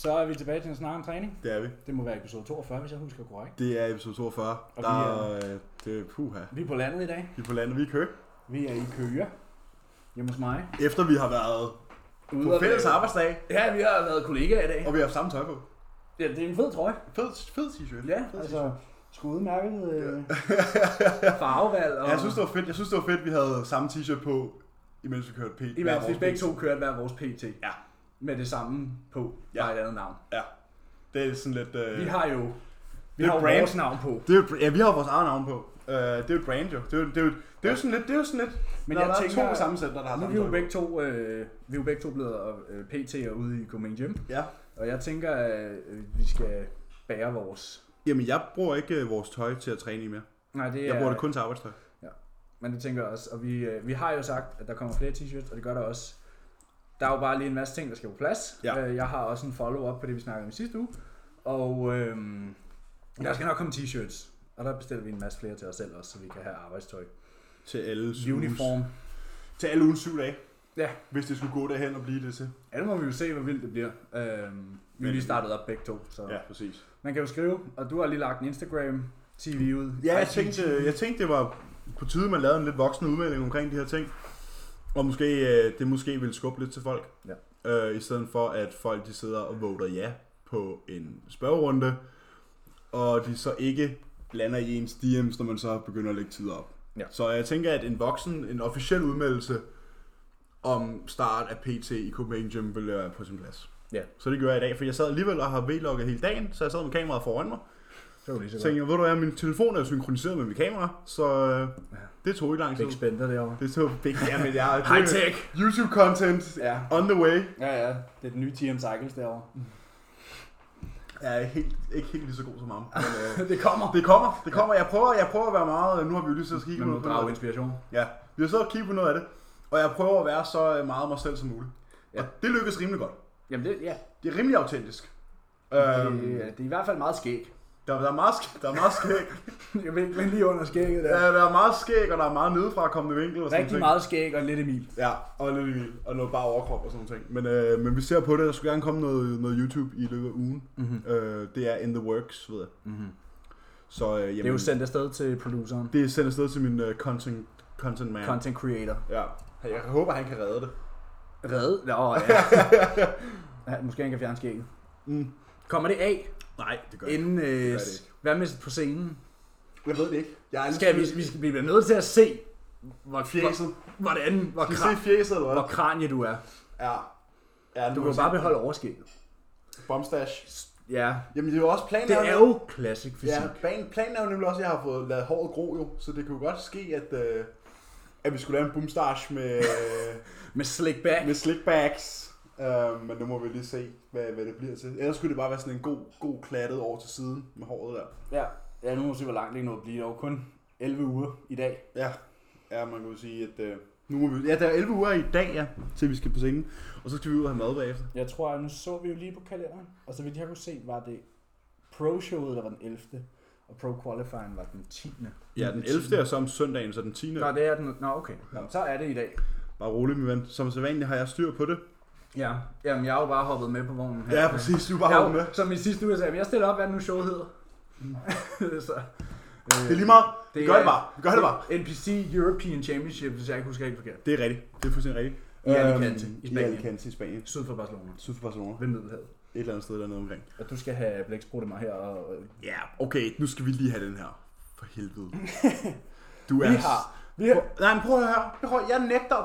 Så er vi tilbage til en snak om træning. Det er vi. Det må være episode 42, hvis jeg husker korrekt. Det er episode 42. Og det er puha. Vi er på landet i dag. Vi er på landet, vi er i Køge. Vi er i Køge. Hjemme hos mig. Efter vi har været Ude på fælles arbejdsdag. Ja, vi har været kollegaer i dag. Og vi har haft samme tøj på. Ja, det er en fed trøje. Fed t-shirt. Ja, fed altså skudemærket farvevalg. Og... Ja, jeg synes, det var fedt, vi havde samme t-shirt på, imens vi kørte PT. I hvert fald, vi begge to kørte hver vores PT. Ja. Med det samme på, ja. bare et andet navn. Ja. Det er sådan lidt... Vi har jo brand. Vores navn på. Ja, vi har vores eget navn på. Det er jo et brand jo. Det er jo sådan lidt. Men jeg jeg tænker, to sammensætter, der har nu er vi jo begge to blevet PT'er ude i Coming Gym. Ja. Og jeg tænker, at vi skal bære vores... Jamen, jeg bruger ikke vores tøj til at træne i mere. Nej, det er... Jeg bruger det kun til arbejdstøj. Ja, men det tænker jeg også. Og vi har jo sagt, at der kommer flere t-shirts, og det gør der også. Der er jo bare lige en masse ting, der skal på plads. Ja. Jeg har også en follow-up på det, vi snakkede om i sidste uge. Og der skal nok komme t-shirts. Og der bestiller vi en masse flere til os selv også, så vi kan have arbejdstøj. Til alle uniform. Til alle ugen 7 dage. Ja. Hvis det skulle gå derhen og blive det til. Ja, det må vi jo se, hvor vildt det bliver. Vi har lige startet op begge to. Så. Ja, præcis. Man kan jo skrive, og du har lige lagt en Instagram-TV ud. Ja, jeg tænkte, det var på tide, man lavede en lidt voksen udmelding omkring de her ting. Og det måske ville skubbe lidt til folk. Ja. I stedet for, at folk de sidder og voter ja på en spørgerunde. Og de så ikke blander i ens DM's, når man så begynder at lægge tid op. Ja. Så jeg tænker, at en officiel udmeldelse om start af PT i Copenhagen Gym vil være på sin plads. Ja. Så det gør jeg i dag, for jeg sad alligevel og har vlogget hele dagen, så jeg sad med kameraet foran mig. Det var lige så så tænkte jeg, ved du hvad, min telefon er synkroniseret med mit kamera, så det tog ikke lang tid. Big spender derovre. Det tog big, ja, men jeg high tech. YouTube content on the way. Ja, det er den nye TM Cycles derovre. Jeg er ikke helt lige så god som ham. Men, det kommer. Det kommer. Jeg prøver at være meget. Nu har vi jo lige siddet og kigget på noget inspiration. Ja, vi har siddet og kigget på noget af det. Og jeg prøver at være så meget mig selv som muligt. Ja. Og det lykkes rimelig godt. Jamen det er rimelig autentisk. Det er i hvert fald meget skæg. Der er meget skæg. Jeg vil lige under skægget der. Ja, der er meget skæg, og der er meget nedefra kommende vinkel. Og rigtig meget skæg og lidt Emil. Ja, og lidt Emil. Og noget bare overkrop og sådan noget. Men vi ser på det. Der skulle gerne komme noget YouTube i løbet af ugen. Mm-hmm. Det er in the works, ved jeg. Mm-hmm. Så, jamen, det er jo sendt afsted til produceren. Det er sendt afsted til min content man. Content creator. Ja. Jeg håber, han kan redde det. Redde? Ja. Ja, måske han kan fjerne skægget. Mm. Kommer det af? Nej, det gør inden, det ikke. Hvad med på scenen? Jeg ved det ikke. Vi skal blive nødt til at se, fjeset. Hvor kranje du er. Ja, du kan jo bare beholde overskægget. Bombstash. Ja. Jamen det er jo også planen. Det er jo classic fysik. Ja, planen er jo nemlig også, at jeg har fået lavet håret gro jo, så det kunne godt ske, at vi skulle lave en boomstash med med slickback. Med slickbacks. Men nu må vi lige se, hvad det bliver til. Ellers skulle det bare være sådan en god klattet over til siden med håret der. Ja, nu må vi se, hvor langt det nå at blive. Det er jo kun 11 uger i dag. Ja, man kan jo sige, at nu må vi... Ja, der er 11 uger i dag, til vi skal på scenen. Og så skal vi ud og have mad bagefter. Jeg tror, at nu så vi jo lige på kalenderen. Og så vidt jeg kunne se, var det Pro-showet, der var den 11. Og Pro-qualifying var den 10. Ja, den 11. er så om søndagen, så den 10. Nå, det er den... Nå, okay. Jamen, så er det i dag. Bare rolig, min ven. Som så vanligt har jeg styr på det. Ja, jamen jeg har jo bare hoppet med på vognen her. Ja, præcis, du bare hoppet med. Som i sidste uge sagde, jeg stiller op, hvad nu showet hedder. Så, det er lige meget. Vi gør det bare. NPC European Championship, hvis jeg ikke husker helt forkert. Det er rigtigt. Det er fuldstændig rigtigt. I Alicante i Spanien. Syd for Barcelona. Ved Middelhavet. Et eller andet sted dernede omkring. Og du skal have blæksprutte mig her og... Ja, okay, nu skal vi lige have den her. For helvede. Du er... Vi har... Nej, men prøv at høre. Jeg nægter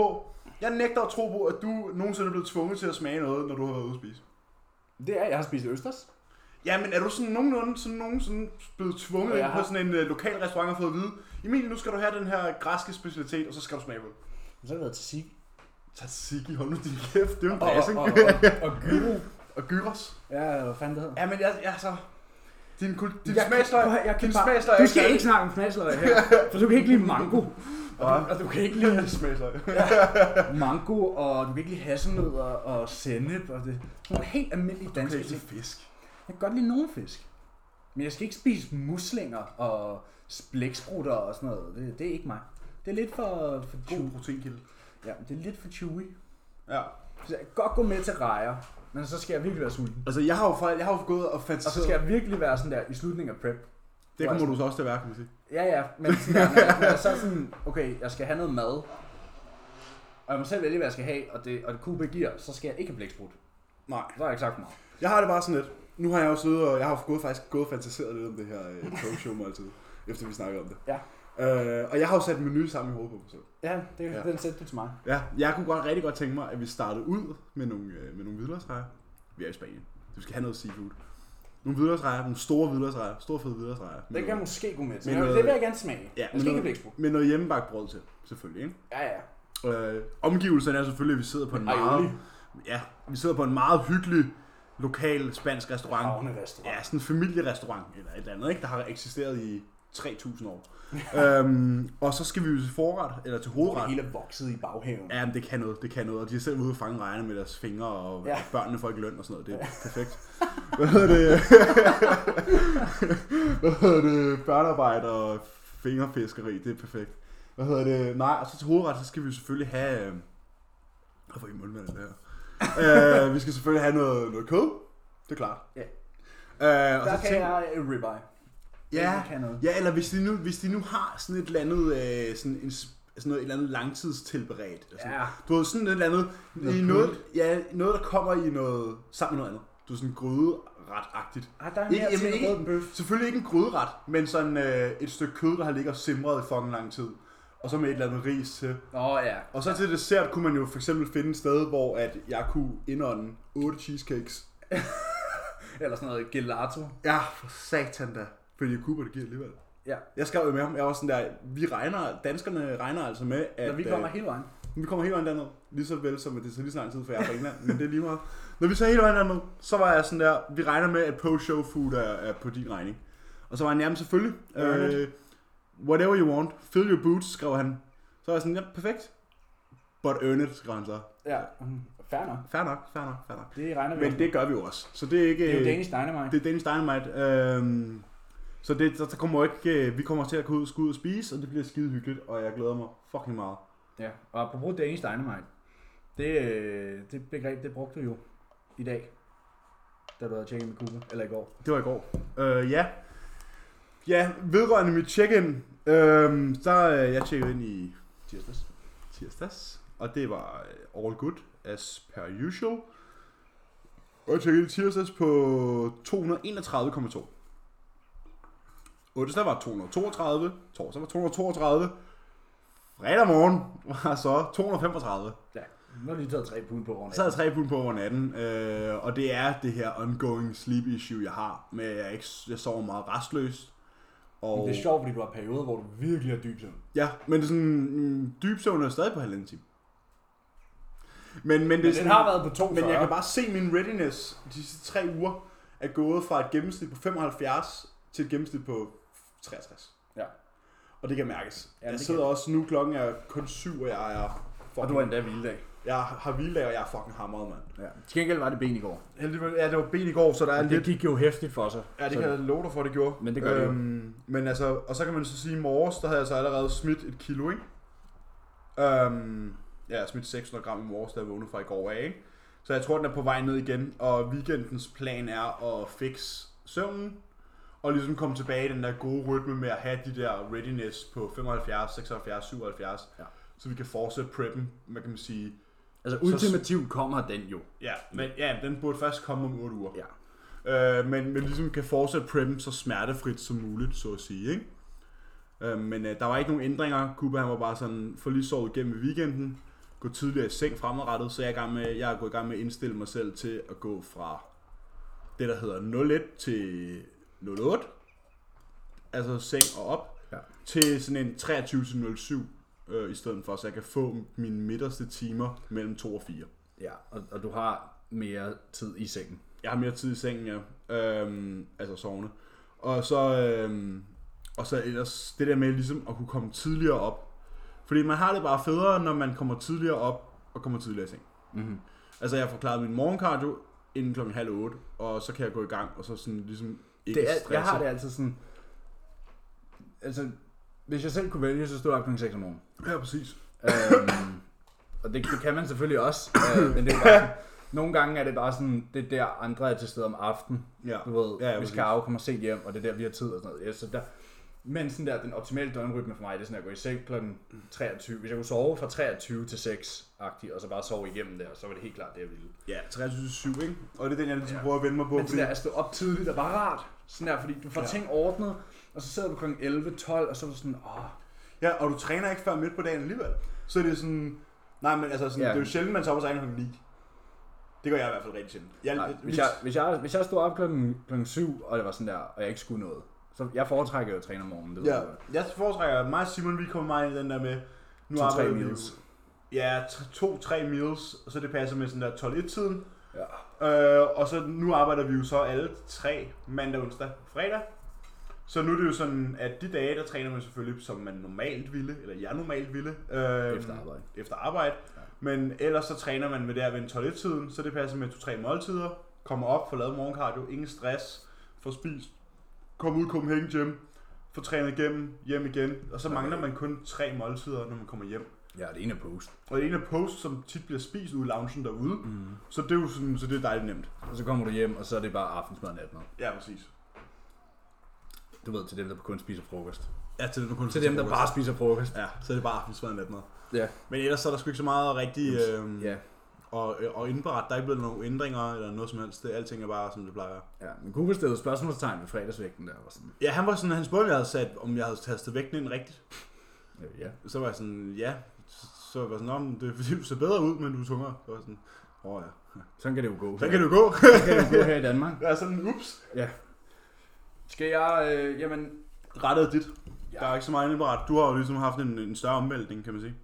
at tro på, at du nogensinde er blevet tvunget til at smage noget, når du har været ude at spise. Det er, jeg har spist østers. Ja, men er du sådan nogensinde blevet tvunget ind på sådan en lokal restaurant og fået at vide, Emil, nu skal du have den her græske specialitet, og så skal du smage på det. Så har det været tzatziki. Tzatziki, hold nu din kæft, det er jo en dressing. Og gyro. Og gyros. Ja, hvad fanden det hedder. Ja, men jeg så... Din smagsløg. Du skal ikke snakke om smagsløg her, for du kan ikke lide mango. Og du kan ikke lide smagsløg. Mango, og du kan ikke lide hasselnødder og sennep og det. Nogle helt almindelige danske ting. Fisk. Jeg kan godt lide nogle fisk. Men jeg skal ikke spise muslinger og blæksprutter og sådan noget. Det er ikke mig. Det er lidt for god proteinkilde. Ja, det er lidt for chewy. Ja. Så jeg kan godt gå med til rejer, Men så skal jeg virkelig være sulten. Altså, jeg har jo gået og fantaseret. Og så skal jeg virkelig være sådan der i slutningen af prep. Det kommer du så også til at være, kan man sige. Ja, men sådan der, når jeg så er sådan, okay, jeg skal have noget mad, og jeg må selv vælge, hvad jeg skal have, og det QB giver, så skal jeg ikke have blæksprut. Nej. Så har jeg ikke sagt meget. Jeg har det bare sådan lidt. Nu har jeg jo siddet, og jeg har faktisk gået og fantaseret lidt om det her talkshow måltid, efter vi snakkede om det. Ja. Og jeg har jo sat en menu sammen i hovedet på mig selv. Ja, den sætter du til mig. Ja, jeg kunne rigtig godt tænke mig, at vi startede ud med nogle hvidløgsrejer. Vi er i Spanien. Vi skal have noget seafood. Nogle hvidløgsrejer, nogle store hvidløgsrejer, store fede hvidløgsrejer. Det kan jeg måske gå med til. Det vil jeg gerne smage. Ja, med noget hjemmebagt brød til, selvfølgelig, ikke? Ja. Omgivelserne er selvfølgelig, at vi sidder på en meget... Ja, vi sidder på en meget hyggelig lokal spansk restaurant. Ja, sådan en familierestaurant eller et eller andet, ikke? Der har eksisteret i 3.000 år. Og så skal vi jo til forret, eller til hovedret. Det hele vokset i baghaven. Ja, men det kan noget. Og de er selv ude og fange rejerne med deres fingre, og børnene får ikke løn og sådan noget. Det er perfekt. Hvad hedder det? Børnearbejde og fingerfiskeri, det er perfekt. Nej, og så til hovedret, så skal vi jo selvfølgelig have... Jeg får ikke mund med det her. Vi skal selvfølgelig have noget kød. Det er klart. Ja. Og der så kan jeg ribeye. Ja, eller hvis de nu har sådan et eller andet, sådan noget, et eller andet langtidstilberedt. Ja. Du ved, sådan et eller andet, noget der kommer i noget, sammen med noget andet. Du er sådan gryderet-agtigt. Der er mere til ikke, bøf. Selvfølgelig ikke en gryderet, men sådan et stykke kød, der har ligget og simret i fucking lang tid. Og så med et eller andet ris til. Ja. Og så til dessert kunne man jo for eksempel finde et sted, hvor at jeg kunne indånde 8 cheesecakes. Eller sådan noget gelato. Ja, for satan da. Fordi Cooper, det giver alligevel. Ja. Jeg skrev jo med ham, jeg var sådan der, danskerne regner altså med, at... Når vi kommer hele vejen. Vi kommer hele vejen derned, lige så vel som at det er lige så lang tid, for jeg er fra England, men det er lige meget. Når vi så hele vejen derned, så var jeg sådan der, vi regner med, at post-show food er på din regning. Og så var han jamen selvfølgelig, whatever you want, fill your boots, skrev han. Så var jeg sådan, ja, perfekt. But earn it, skrev han så. Ja, fair nok. Det regner vi men det gør vi jo også. Så det er ikke... Det er jo Danish Dynamite. Det er Danish Dynamite. Så der kommer ikke... Vi kommer til at gå ud og spise, og det bliver skide hyggeligt, og jeg glæder mig fucking meget. Ja, og apropos Danish Dynamite. Det begreb, det brugte du jo i dag, da du havde tjekket med Cooper, eller i går. Det var i går. Ja, vedrørende mit check-in, jeg tjekkede ind i tirsdags, og det var all good, as per usual. Og jeg tjekkede i tirsdags på 231,2. Onsdag var 232, torsdag var 232, fredag morgen var så 235. Ja, nu har lige taget 3 pund på over natten. Så har jeg 3 pund på over natten, og det er det her ongoing sleep issue, jeg har, med at jeg sover meget restløst. Og det er sjovt, fordi du har perioder, hvor du virkelig har dyb søvn. Ja, men det er sådan, dyb søvn er stadig på halvanden time. Men det sådan, har været på 42. Men jeg kan bare se min readiness de sidste 3 uger er gået fra et gennemsnit på 75 til et gennemsnit på 63. Ja. Og det kan mærkes. Ja, jeg sidder også nu, klokken er kun 7, og jeg er fucking... Og du har endda hviledag. Jeg har hviledag, og jeg er fucking hamret, mand. Ja. Til gengæld var det ben i går. Ja, det var ben i går, så der er lidt... Det gik jo hæftigt for sig. Ja, det kan jeg love dig for, det gjorde. Men det gør det jo. Men altså, og så kan man så sige, i morges, der havde jeg så allerede smidt 1 kilo, ikke? Jeg har smidt 600 gram i morges, da jeg vågnede fra i går af, ikke? Så jeg tror, den er på vej ned igen, og weekendens plan er at fixe søvnen, og ligesom komme tilbage i den der gode rytme med at have de der readiness på 75, 76, 77, så vi kan fortsætte preppen, man kan sige. Altså ultimativt kommer den jo. Ja, men ja, den burde først komme om 8 uger. Ja. Men ligesom kan fortsætte preppen så smertefrit som muligt, så at sige, ikke? Men der var ikke nogen ændringer. Cooper, han var bare sådan, få lige sovet igennem i weekenden, gå tidligere i seng fremadrettet, så jeg er gået i gang med at indstille mig selv til at gå fra det, der hedder 01 til 08, altså seng og op, til sådan en 23 til 07 i stedet for, så jeg kan få mine midterste timer mellem 2 og 4. Ja, og du har mere tid i sengen. Jeg har mere tid i sengen, ja. Altså sovende. Og så ellers det der med ligesom at kunne komme tidligere op. Fordi man har det bare federe, når man kommer tidligere op og kommer tidligere i seng. Mm-hmm. Altså jeg har forklaret min morgencardio inden 7:30, og så kan jeg gå i gang, og så sådan ligesom ikke stresse. Jeg har det altid sådan... Altså, hvis jeg selv kunne vælge, så stod jeg op kl. 6 om morgenen. Ja, præcis. Og det kan man selvfølgelig også, men det er jo bare sådan, Nogle gange er det bare sådan, det der andre er til stede om aftenen. Ja. Du ved, Ja, vi skal kommer sent hjem, og det er der, vi har tid og sådan noget. Ja, så der, men sådan der, den optimale døgnrytme for mig, det er sådan at gå i seng kl. 23. Hvis jeg kunne sove fra 23 til 6-agtigt, og så bare sove igennem der, så var det helt klart det, jeg ville. Ja, 23-7, ikke? Og det er den, jeg ligesom prøver at vende mig på. Men sådan der, at stå op tidligt er bare rart. Sådan der, fordi du får ting ordnet, og så sidder du kl. 11-12, og så er du sådan, Ja, og du træner ikke før midt på dagen alligevel. Så det er sådan, nej, men altså sådan, det er jo sjældent, man tager på sig kl. 9. Det gør jeg i hvert fald rigtig sjældent. Hvis jeg stod op klokken 7, og det var sådan der, og jeg ikke skulle noget, så jeg foretrækker jo at træne om morgenen. Det jeg foretrækker, mig og Simon, vi kommer meget ind i den der med, nu 2-3 meals. Ja, 2-3 meals, og så det passer med sådan der 12-1-tiden. Ja. Og så nu arbejder vi jo så alle 3, mandag, onsdag, fredag. Så nu er det jo sådan, at de dage, der træner man selvfølgelig, som man normalt ville, eller jeg normalt ville. Efter arbejde. Ja. Men ellers så træner man ved der ved en 12-1-tiden, så det passer med 2-3 måltider. Kommer op, får lavet morgencardio, ingen stress, får spist, kommer ud i Copenhagen Gym, får trænet igennem, hjem igen. Og så mangler man kun 3 måltider, når man kommer hjem. Ja, det ene er post. Og det ene er post, som tit bliver spist ude i loungen derude. Så det er jo sådan, så det er dejligt nemt. Og så kommer du hjem, og så er det bare aftensmad og natmad. Ja, præcis. Du ved, til dem, der kun spiser frokost. Ja, til dem, der kun spiser frokost. Bare spiser frokost. Ja, så er det bare aftensmad og natmad. Ja. Men ellers så er der sgu ikke så meget rigtig og indberet. Der er ikke blevet nogen ændringer eller noget som helst. Alting er bare, som det plejer. Ja, men Cooper stillede spørgsmålstegn ved fredagsvægten der. Var sådan. Ja, han var sådan, han spurgte, om jeg havde tastet vægten ind rigtigt. Ja. Så var jeg sådan, ja. Så var jeg sådan, det er fordi du ser bedre ud, men du er tungere. Så var jeg sådan, ja. Sådan kan det jo gå. Sådan kan det jo gå. Sådan kan det jo gå her i Danmark. Ja, sådan, ups. Ja. Skal jeg, rettet dit. Ja. Der er ikke så meget indberet. Du har jo ligesom haft en større omvæltning, kan man sige.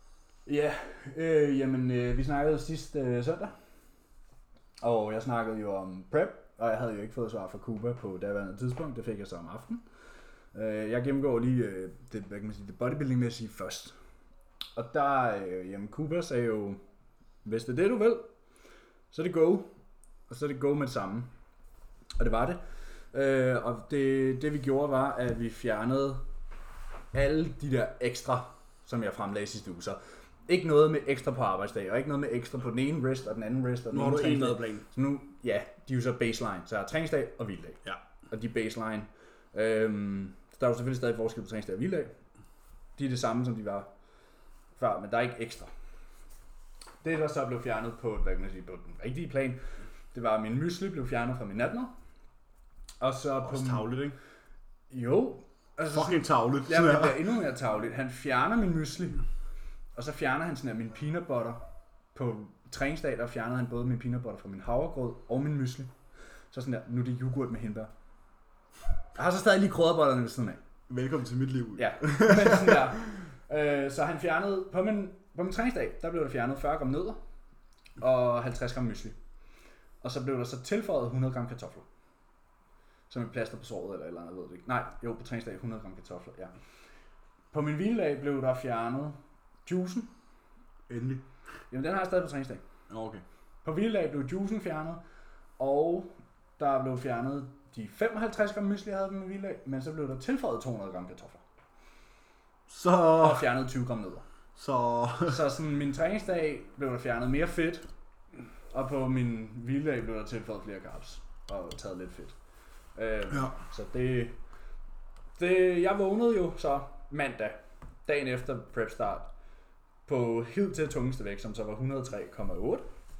Ja, vi snakkede sidste søndag. Og jeg snakkede jo om prep, og jeg havde jo ikke fået svar fra Cooper på daværende tidspunkt. Det fik jeg så om aftenen. Jeg gennemgår lige det bodybuilding-mæssige først. Og der, Cooper sagde jo, hvis det er det du vil, så er det go. Og så er det go med det samme. Og det var det. Og det vi gjorde var, at vi fjernede alle de der ekstra, som jeg fremlagde sidste uge. Så ikke noget med ekstra på arbejdsdag, og ikke noget med ekstra på den ene wrist og den anden wrist. Og den nu har du en madplan. Så nu, ja, de er jo så baseline. Så jeg har træningsdag og hviledag. Ja. Og de baseline. Så der er jo selvfølgelig stadig forskel på træningsdag og hviledag. De er det samme, som de var før, men der er ikke ekstra. Det, der så blev fjernet på, på den rigtige plan, det var, at min mysli blev fjernet fra min natmad. Og så på tavligt, ikke? Jo. Altså, fucking tavligt. Ja, men det er endnu mere tavligt. Han fjerner min mysli, og så fjerner han sådan her min peanut butter. På træningsdag, der fjernede han både min peanut butter fra min havregrød og min mysli. Så sådan der, nu er det yoghurt med hindbær. Jeg har så stadig lige krydderbollerne ved siden af. Velkommen til mit liv. Ja, men sådan der. Så han fjernede, på min træningsdag, der blev der fjernet 40 gram nødder og 50 gram mysli. Og så blev der så tilføjet 100 gram kartofler. Som et plaster på såret eller andet, ved det ikke. Nej, jo, på træningsdag 100 gram kartofler, ja. På min hviledag blev der fjernet juicen. Endelig. Jamen, den har jeg stadig på træningsdag. Okay. På hviledag blev juicen fjernet, og der blev fjernet de 55 gram mysli, jeg havde på min hviledag, men så blev der tilføjet 200 gram kartofler. Og fjernet 20 gram nødder. Så sådan min træningsdag blev der fjernet mere fedt, og på min hviledag blev der tilføjet flere carbs og taget lidt fedt. Så jeg vågnede jo så mandag, dagen efter prep start, på helt til tungeste vægt, som så var 103,8.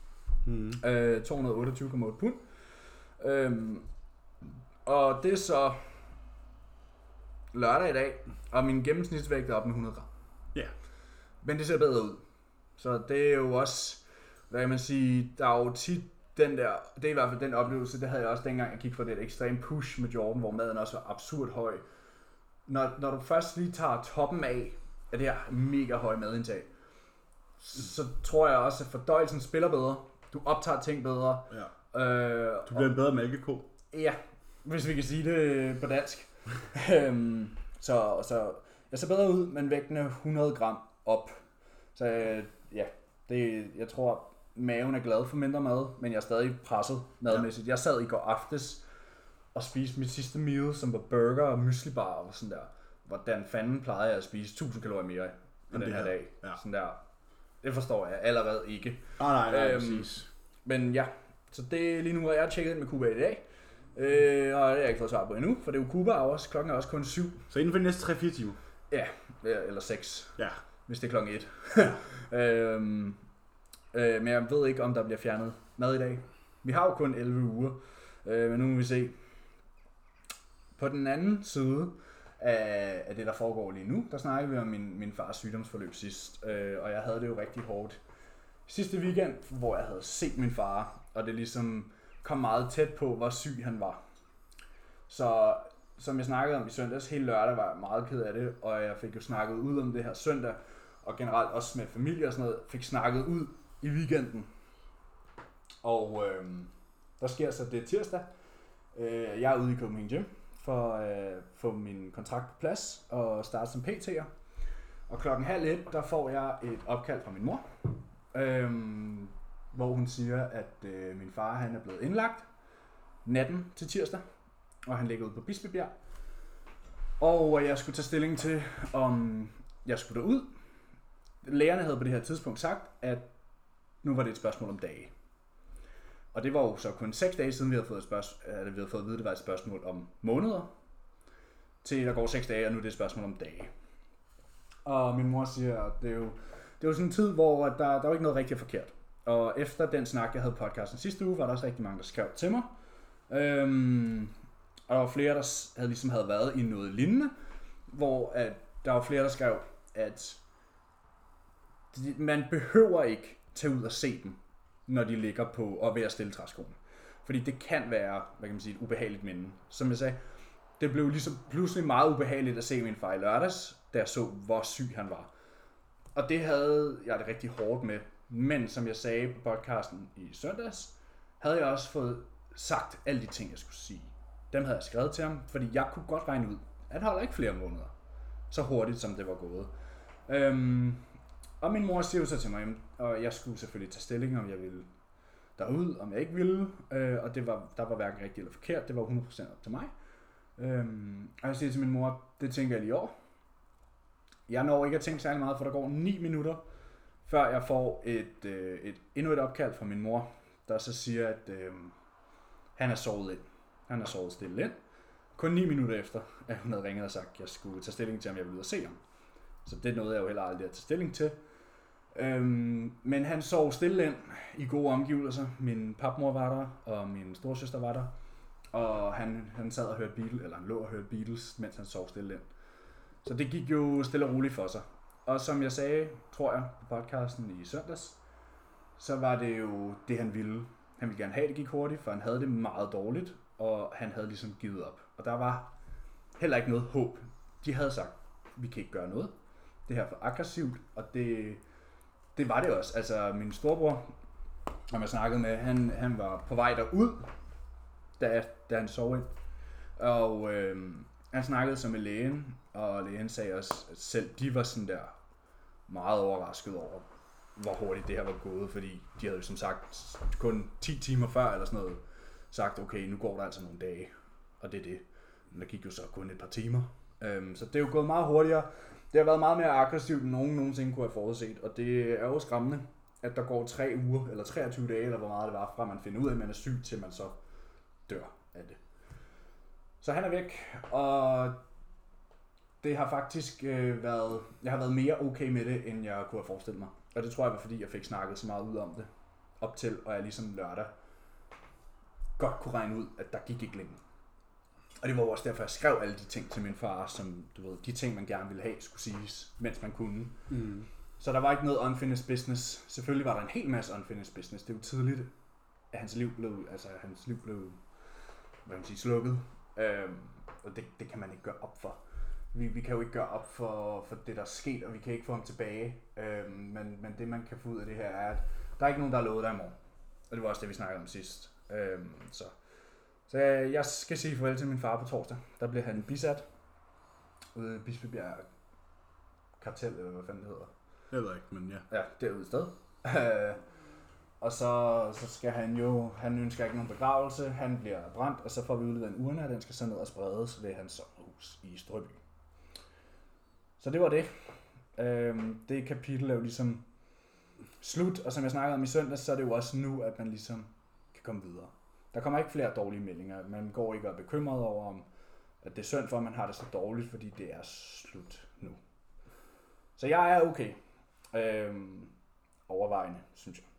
228,8 pund. Og det er så lørdag i dag, og min gennemsnitsvægt er op med 100 gram. Ja. Yeah. Men det ser bedre ud. Så det er jo også, hvad kan man sige, der er jo tit den der, det er i hvert fald den oplevelse, det havde jeg også dengang, jeg kiggede for det ekstrem push med Jordan, hvor maden også var absurd høj. Når du først lige tager toppen af det her mega høje madindtag, så tror jeg også, at fordøjelsen spiller bedre. Du optager ting bedre. Ja. Du bliver en bedre mælkeko. Ja, hvis vi kan sige det på dansk. Så jeg ser bedre ud, men vægten er 100 gram op. Så ja, jeg tror, maven er glad for mindre mad, men jeg er stadig presset madmæssigt. Jeg sad i går aftes og spiste mit sidste meal, som var burger og myslibar og sådan der. Hvordan fanden plejede jeg at spise 1000 kalorier mere på den her dag? Ja. Sådan der. Det forstår jeg allerede ikke. Nej, præcis. Men ja, så det lige nu, jeg har tjekket ind med Cuba i dag. Og det har jeg ikke fået svar på endnu, for det er jo Cuba også. Klokken er også kun 7. Så inden for de næste 3-4 timer? Ja, eller 6. Ja. Hvis det er klokken 1. Men jeg ved ikke, om der bliver fjernet mad i dag. Vi har jo kun 11 uger, men nu må vi se. På den anden side af det, der foregår lige nu, der snakkede vi om min fars sygdomsforløb sidst. Og jeg havde det jo rigtig hårdt sidste weekend, hvor jeg havde set min far, og det ligesom kom meget tæt på, hvor syg han var. Så som jeg snakkede om i søndags, hele lørdag var jeg meget ked af det, og jeg fik jo snakket ud om det her søndag, og generelt også med familie og sådan noget, fik snakket ud i weekenden. Og der sker så det tirsdag. Jeg er ude i Copenhagen Gym for at få min kontrakt på plads og starte som PT'er. Og 12:30, der får jeg et opkald fra min mor, hvor hun siger, at min far han er blevet indlagt natten til tirsdag, og han ligger ude på Bispebjerg. Og jeg skulle tage stilling til, om jeg skulle derud. Lægerne havde på det her tidspunkt sagt, at nu var det et spørgsmål om dage. Og det var jo så kun 6 dage siden, vi havde fået at vide, at det var et spørgsmål om måneder. Til der går 6 dage, og nu er det et spørgsmål om dage. Og min mor siger, at det er jo sådan en tid, hvor der er jo ikke noget rigtig forkert. Og efter den snak, jeg havde på podcasten sidste uge, var der også rigtig mange, der skrev til mig. Og der var flere, der havde været i noget lignende, hvor at der var flere, der skrev, at man behøver ikke tage ud og se dem, når de ligger på og ved at stille træskoene. Fordi det kan være, hvad kan man sige, et ubehageligt minde. Som jeg sagde, det blev ligesom pludselig meget ubehageligt at se min far i lørdags, da jeg så, hvor syg han var. Og det havde jeg det rigtig hårdt med. Men som jeg sagde på podcasten i søndags, havde jeg også fået sagt alle de ting, jeg skulle sige. Dem havde jeg skrevet til ham, fordi jeg kunne godt regne ud, at det holder ikke flere måneder. Så hurtigt, som det var gået. Og min mor siger jo så til mig, og jeg skulle selvfølgelig tage stilling, om jeg ville derud, om jeg ikke ville. Og der var hverken rigtigt eller forkert, det var 100% op til mig. Og jeg siger til min mor, det tænker jeg lige over. Jeg når ikke at tænke særlig meget, for der går 9 minutter, før jeg får endnu et opkald fra min mor, der så siger, at han er sovet ind. Han er sovet stille ind. Kun 9 minutter efter, at hun havde ringet og sagt, at jeg skulle tage stilling til, om jeg ville ud og se ham. Så det nåede jeg jo heller aldrig at tage stilling til. Men han sov stille ind i gode omgivelser. Min papmor var der, og min storesøster var der. Og han sad og hørte Beatles, eller han lå og hørte Beatles, mens han sov stille ind. Så det gik jo stille og roligt for sig. Og som jeg sagde, tror jeg, på podcasten i søndags, så var det jo det, han ville. Han ville gerne have, det gik hurtigt, for han havde det meget dårligt, og han havde ligesom givet op. Og der var heller ikke noget håb. De havde sagt, vi kan ikke gøre noget. Det her er for aggressivt, og det var det også. Altså min storebror, som jeg snakkede med, han var på vej derud, da han sov ind. Og han snakkede så med lægen, og lægen sagde også, at selv de var sådan der meget overrasket over, hvor hurtigt det her var gået, fordi de havde jo som sagt kun 10 timer før eller sådan noget sagt, okay, nu går der altså nogle dage, og det er det. Men der gik jo så kun et par timer. Så det er jo gået meget hurtigere. Det har været meget mere aggressivt, end nogen nogensinde kunne have forudset, og det er jo skræmmende, at der går 3 uger, eller 23 dage, eller hvor meget det var, fra man finder ud af, at man er syg, til man så dør af det. Så han er væk, og det har faktisk jeg har været mere okay med det, end jeg kunne have forestillet mig. Og det tror jeg var, fordi jeg fik snakket så meget ud om det, op til, og jeg ligesom lørdag godt kunne regne ud, at der gik ikke længe. Og det var også derfor, jeg skrev alle de ting til min far, som du ved, de ting, man gerne ville have, skulle siges, mens man kunne. Mm. Så der var ikke noget unfinished business. Selvfølgelig var der en hel masse unfinished business. Det er jo tidligt, at hans liv blev, hvad man siger, slukket. Og det kan man ikke gøre op for. Vi kan jo ikke gøre op for det, der er sket, og vi kan ikke få ham tilbage. Men det, man kan få ud af det her, er, at der er ikke nogen, der har lovet dig i morgen. Og det var også det, vi snakkede om sidst. Så jeg skal sige farvel til min far på torsdag. Der bliver han bisat ude i Bispebjerg Kartel, eller hvad fanden det hedder. Jeg ved ikke, men ja. Ja, derude et sted. Og så skal han ønsker ikke nogen begravelse, han bliver brændt, og så får vi udleveret en urne, og den skal så ned og spredes ved hans sommerhus i Strøby. Så det var det. Det kapitel er jo ligesom slut, og som jeg snakkede om i søndags, så er det jo også nu, at man ligesom kan komme videre. Der kommer ikke flere dårlige meldinger. Man går ikke og er bekymret over, om at det er synd for, at man har det så dårligt, fordi det er slut nu. Så jeg er okay. Overvejende, synes jeg.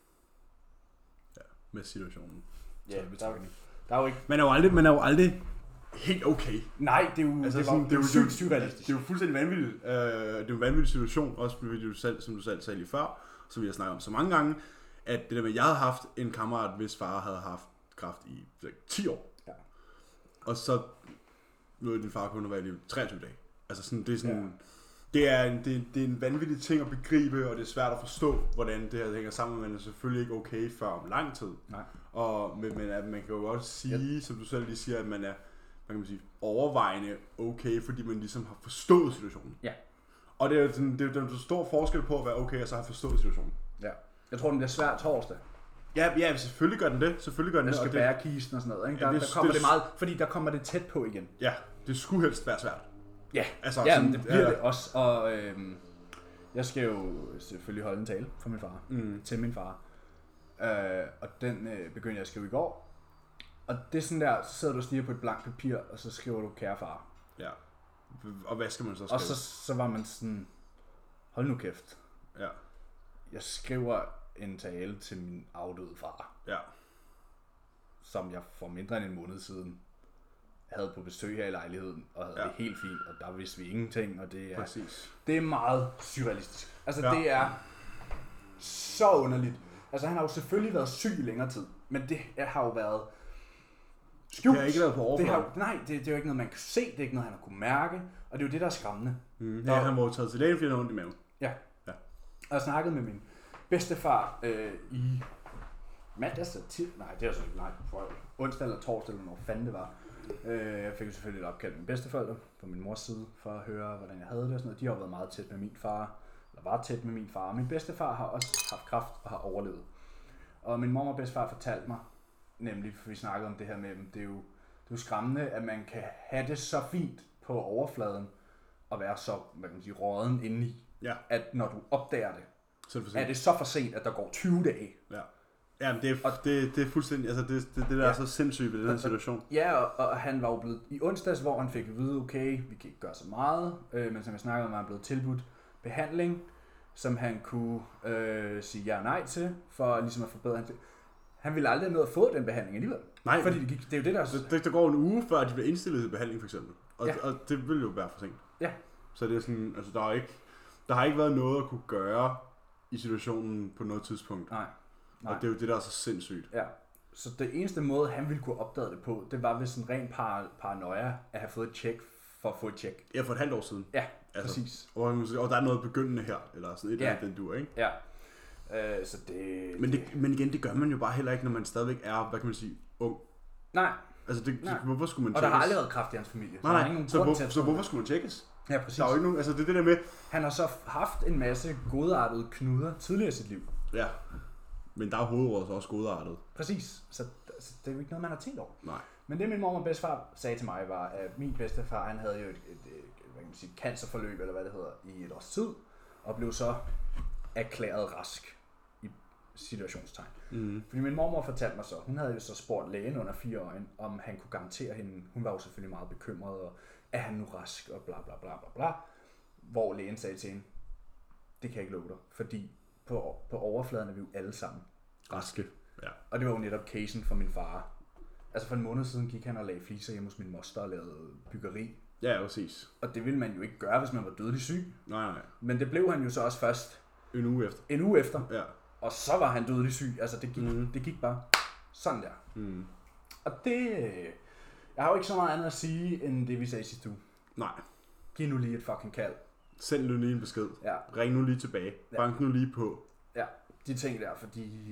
Ja, med situationen. Ja, der er jo ikke... Man er jo aldrig helt okay. Nej, det er jo, altså, det er jo sygt surrealistisk. Det er jo fuldstændig vanvittigt. Det er jo en vanvittig situation, også fordi du selv, som du selv sagde lige før, som vi har snakket om så mange gange, at det der med, at jeg havde haft en kammerat, hvis far havde haft kræft i 10 år. Ja. Og så nåede din far kun at være i 23 dage. Altså sådan, det er sådan... Ja. Det er en vanvittig ting at begribe, og det er svært at forstå, hvordan det her hænger sammen. Man er selvfølgelig ikke okay før om lang tid. Nej. Men at man kan jo godt sige, som du selv lige siger, at man er, hvad kan man sige, overvejende okay, fordi man ligesom har forstået situationen. Ja. Og det er jo en stor forskel på at være okay, og så have forstået situationen. Ja. Jeg tror, den bliver svær torsdag. Ja, selvfølgelig gør den det. Den skal bære kisten og sådan noget, ikke? Der kommer det meget, fordi der kommer det tæt på igen. Ja, det skulle helst være svært. Ja, altså, ja sådan, det bliver det også. Og jeg skal jo selvfølgelig holde en tale for min far, til min far. Og den begyndte jeg at skrive i går. Og det er sådan der, så sidder du og stiger på et blankt papir, og så skriver du, kære far. Ja, og hvad skal man så skrive? Og så var man sådan, hold nu kæft. Ja. Jeg skriver en tale til min afdøde far. Ja. Som jeg for mindre end en måned siden havde på besøg her i lejligheden, og havde det helt fint, og der vidste vi ingenting, og det er, det er meget surrealistisk. Altså det er så underligt. Altså han har jo selvfølgelig været syg i længere tid, men det har jo været skjult. Det har ikke været på overfladen. Nej, det er jo ikke noget, man kan se, det er ikke noget, han har kunne mærke, og det er jo det, der er skræmmende. Ja, han var jo taget til lægen, fordi han havde ondt i maven. Ja. Og jeg snakkede med min bedstefar i mandags, onsdag eller torsdag, eller når fanden det var. Jeg fik jo selvfølgelig et opkald med mine bedsteforældre på min mors side, for at høre, hvordan jeg havde det og sådan noget. De har været meget tæt med min far, eller var tæt med min far. Min bedstefar har også haft kræft og har overlevet. Og min mor og bedstefar fortalte mig, nemlig, for vi snakkede om det her med dem, det er jo skræmmende, at man kan have det så fint på overfladen, og være så, hvad kan man sige, råden indeni, at når du opdager det, så er det så for sent, at der går 20 dage. Ja. Ja, det er fuldstændig, altså det der er så sindssygt ved den her situation. Ja, og han var jo blevet i onsdags, hvor han fik at vide, okay, vi kan ikke gøre så meget, men som jeg snakkede om, var han blevet tilbudt behandling, som han kunne sige ja og nej til, for ligesom at forbedre hans. Han ville aldrig have nået at få den behandling alligevel. Nej, fordi det er jo det, der... Der går en uge, før de bliver indstillet til behandling, for eksempel. Og det vil jo være for sent. Ja. Så det er sådan, altså der har ikke været noget at kunne gøre i situationen på noget tidspunkt. Nej. Og det er jo det, der er så sindssygt. Ja. Så det eneste måde, han ville kunne opdage det på, det var ved sådan ren paranoia at have fået et tjek for at få et tjek. Ja, for et halvt år siden. Ja, altså, præcis. Og der er noget begyndende her, eller sådan et eller andet, den dur, ikke? Ja. Så det... Men igen, det gør man jo bare heller ikke, når man stadigvæk er, hvad kan man sige, ung. Nej. Altså, hvorfor skulle man tjekkes? Og der har aldrig været kræft i hans familie. Så hvorfor skulle man tjekkes? Ja, præcis. Der er jo ikke nogen, altså det er det der med... Han har så haft en masse godartede knuder tidligere i sit liv. Ja. Men der er hovedrådet også godartet. Præcis. Så det er jo ikke noget, man har tænkt over. Nej. Men det min mor og bedstefar sagde til mig, var, at min bedstefar, han havde jo et hvad kan man sige, cancerforløb, eller hvad det hedder, i et års tid, og blev så erklæret rask i situationstegn. Mm. Fordi min mormor fortalte mig så, hun havde jo så spurgt lægen under 4 år, om han kunne garantere hende, hun var jo selvfølgelig meget bekymret, og er han nu rask, og bla bla bla bla bla, hvor lægen sagde til hende, det kan jeg ikke love dig, fordi på overfladen er vi jo alle sammen raske. Ja. Og det var jo netop casen for min far. Altså for en måned siden gik han og lagde fliser hjemme hos min moster og lavede byggeri. Ja, præcis. Og det ville man jo ikke gøre, hvis man var dødelig syg. Nej. Men det blev han jo så også først en uge efter. Ja. Og så var han dødelig syg. Altså det gik bare sådan der. Mm. Og det... Jeg har jo ikke så meget andet at sige, end det vi sagde sidste uge. Nej. Giv nu lige et fucking kald. Send nu lige en besked. Ja. Ring nu lige tilbage. Ja. Bank nu lige på. Ja, de ting der, fordi...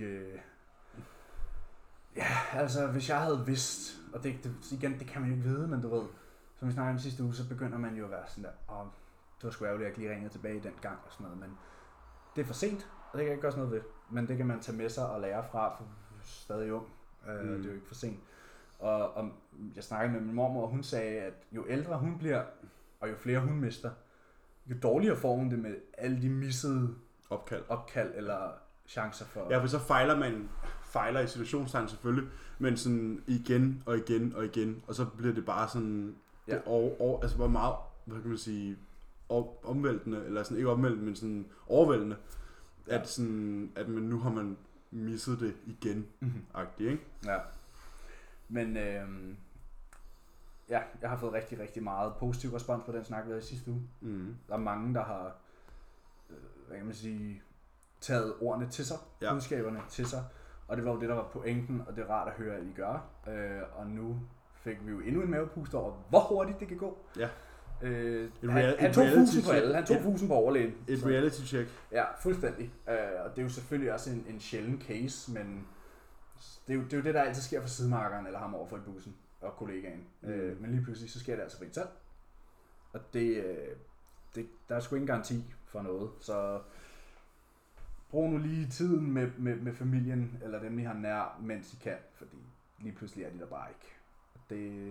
Ja, altså hvis jeg havde vidst, og igen, det kan man jo ikke vide, men du ved, som vi snakkede om sidste uge, så begynder man jo at være sådan der, det var sgu ærgerligt, at jeg lige ringede tilbage den gang og sådan noget, men det er for sent, og det kan jeg ikke gøre sådan noget ved, men det kan man tage med sig og lære fra, for stadig ung, det er jo ikke for sent. Og jeg snakkede med min mormor, og hun sagde, at jo ældre hun bliver, og jo flere hun mister, jo dårligere får hun det med alle de missede opkald eller chancer for... Ja, for så fejler i situationstegn selvfølgelig, men sådan igen og igen og igen, og så bliver det bare sådan, det altså hvor meget, hvad kan man sige, omvæltende, eller sådan ikke omvæltende, men sådan overvældende, at man nu har man misset det igen, agtigt, ikke? Ja. Men jeg har fået rigtig, rigtig meget positiv respons på den snak, vi havde i sidste uge. Der er mange, der har, hvad kan man sige, taget ordene til sig, budskaberne til sig, og det var jo det, der var pointen, og det er rart at høre, at I gør. Og nu fik vi jo endnu en mavepust over, hvor hurtigt det kan gå. Ja. Han tog fusen på alle, han tog fusen på overlægen. Et reality check. Ja, fuldstændig. Og det er jo selvfølgelig også en sjælden case, men det er jo det, der altid sker for sidemarkeren, eller ham overfor i bussen, og kollegaen. Men lige pludselig, så sker det altså for et selv. Og der er sgu ingen garanti for noget, så brug nu lige tiden med familien, eller dem, I har nær, mens I kan, fordi lige pludselig er de der bare ikke. Det,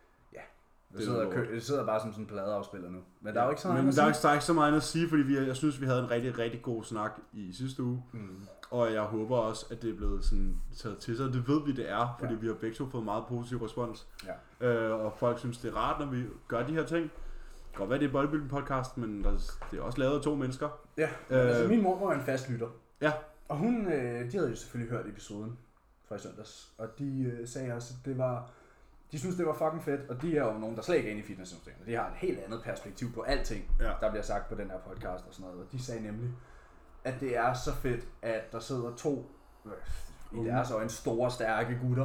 det sidder bare som sådan en pladeafspiller nu. Men der er jo ikke så meget at sige. Der er ikke så meget at sige, fordi jeg synes, vi havde en rigtig, rigtig god snak i sidste uge. Og jeg håber også, at det er blevet sådan taget til sig. Det ved vi, det er, fordi vi har begge to fået meget positiv respons. Og folk synes, det er rart, når vi gør de her ting. Det kan godt være, det er Bodybuilding podcast, men det er også lavet af 2 mennesker. Ja, altså min mor var en fast lytter. Ja. Og hun, de havde jo selvfølgelig hørt episoden fra i søndags. Og de sagde også, at de synes, det var fucking fedt. Og de er jo nogen, der slet ikke er inde i fitnessindustrien. De har et helt andet perspektiv på alting, der bliver sagt på den her podcast og sådan noget. Og de sagde nemlig, at det er så fedt, at der sidder 2 i deres øjne store, stærke gutter.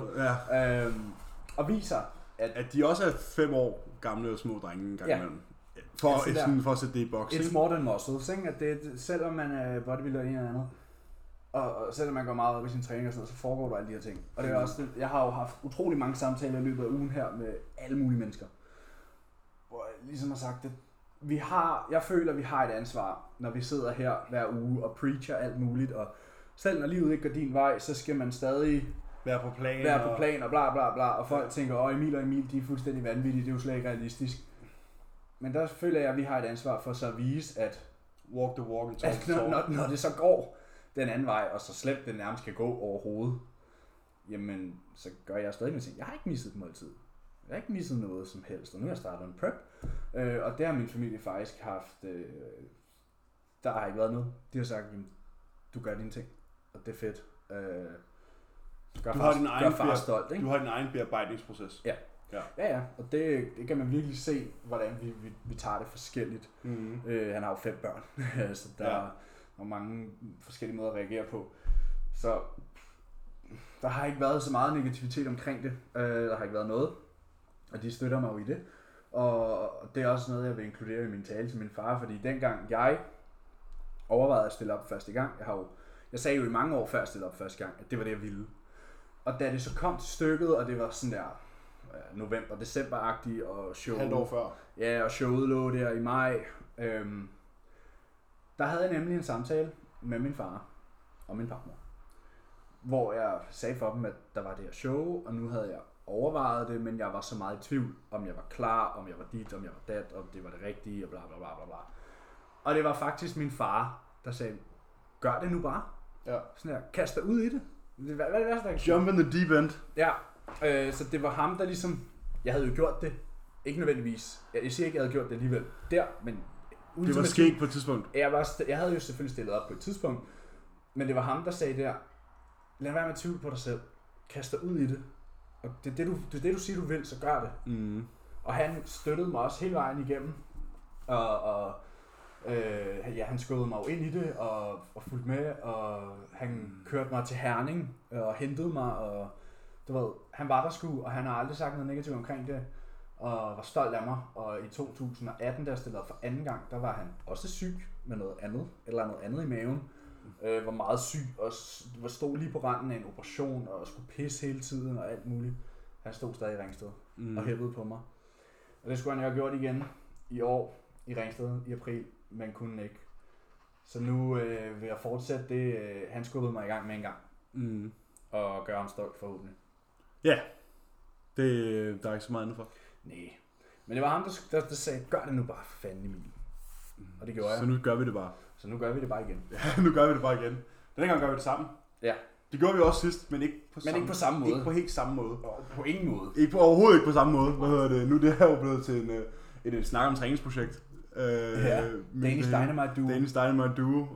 Og viser, at de også er 5 år gamle og små drenge en gang imellem. For at sætte det i boks. It's more than muscles, ikke? At det, selvom man er bodybuilder og en eller andet, og selvom man går meget op i sin træning og sådan noget, så foregår der alle de her ting. Og det er også det, jeg har jo haft utrolig mange samtaler i løbet af ugen her med alle mulige mennesker. Hvor jeg ligesom har sagt, at jeg føler, at vi har et ansvar, når vi sidder her hver uge og preacher alt muligt, og selv når livet ikke går din vej, så skal man stadig være på plan og bla bla bla, og folk tænker, Emil, de er fuldstændig vanvittige, det er jo slet ikke realistisk. Men der føler jeg, at vi har et ansvar for så at vise, at walk the walk and talk the talk. Når det så går den anden vej, og så slemt det nærmest kan gå overhovedet, jamen, så gør jeg stadig med ting. Jeg har ikke misset et måltid. Jeg har ikke misset noget som helst, og nu har jeg startet en prep. Og det har min familie faktisk haft, der har ikke været noget. De har sagt, du gør dine ting, og det er fedt. Gør far stolt, ikke? Du har din egen bearbejdningsproces. Ja, og det kan man virkelig se, hvordan vi tager det forskelligt. Han har jo 5 børn, så der er mange forskellige måder at reagere på. Så der har ikke været så meget negativitet omkring det. Der har ikke været noget, og de støtter mig jo i det. Og det er også noget, jeg vil inkludere i min tale til min far, fordi dengang jeg overvejede at stille op første gang, jeg sagde jo i mange år før jeg stillede op første gang, at det var det, jeg ville. Og da det så kom til stykket, og det var sådan der november-december-agtigt, og showet... Halvt år før. Ja, og showet lå der i maj. Der havde jeg nemlig en samtale med min far og min partner, hvor jeg sagde for dem, at der var det her show, og nu havde jeg overvejet det, men jeg var så meget i tvivl, om jeg var klar, om jeg var dit, om jeg var dat, om det var det rigtige, og bla bla bla bla bla. Og det var faktisk min far, der sagde, gør det nu bare. Ja. Sådan her, kast dig ud i det. Hvad er det værste, der kan jump in the deep end. Ja, så det var ham, der ligesom, jeg havde jo gjort det, ikke nødvendigvis, jeg siger ikke, jeg havde gjort det alligevel der, men det var sket på et tidspunkt. Jeg havde jo selvfølgelig stillet op på et tidspunkt, men det var ham, der sagde der, lad være med at tvivle på dig selv, kast dig ud i det, og det er det, du siger, du vil, så gør det. Og han støttede mig også hele vejen igennem, og han skød mig jo ind i det, og fulgte med, og han kørte mig til Herning, og hentede mig, og du ved, han var der sgu, og han har aldrig sagt noget negativt omkring det, og var stolt af mig. Og i 2018, da jeg stillede op for anden gang, der var han også syg med noget andet i maven. Var meget syg, og stod lige på randen af en operation, og skulle pisse hele tiden, og alt muligt. Han stod stadig i Ringsted, og hæppede på mig. Og det skulle han jo have gjort igen i år, i Ringsted, i april, men kunne ikke. Så nu vil jeg fortsætte det, han skubbede mig i gang med en gang. Og gøre ham stolt forhåbentlig. Ja, der er ikke så meget andet for. Nej, men det var ham, der sagde, gør det nu bare for fanden, Emil. Og det gjorde jeg. Så nu gør vi det bare. Så nu gør vi det bare igen. Ja, nu gør vi det bare igen. Denne gang gør vi det sammen. Ja. Det gjorde vi også sidst, men ikke på samme måde. Ikke på helt samme måde. På ingen måde. Overhovedet ikke på samme måde. Hvad hedder det? Nu det her jo blevet til et snak om træningsprojekt. Danish Dynamite Duo. Danish Dynamite Duo.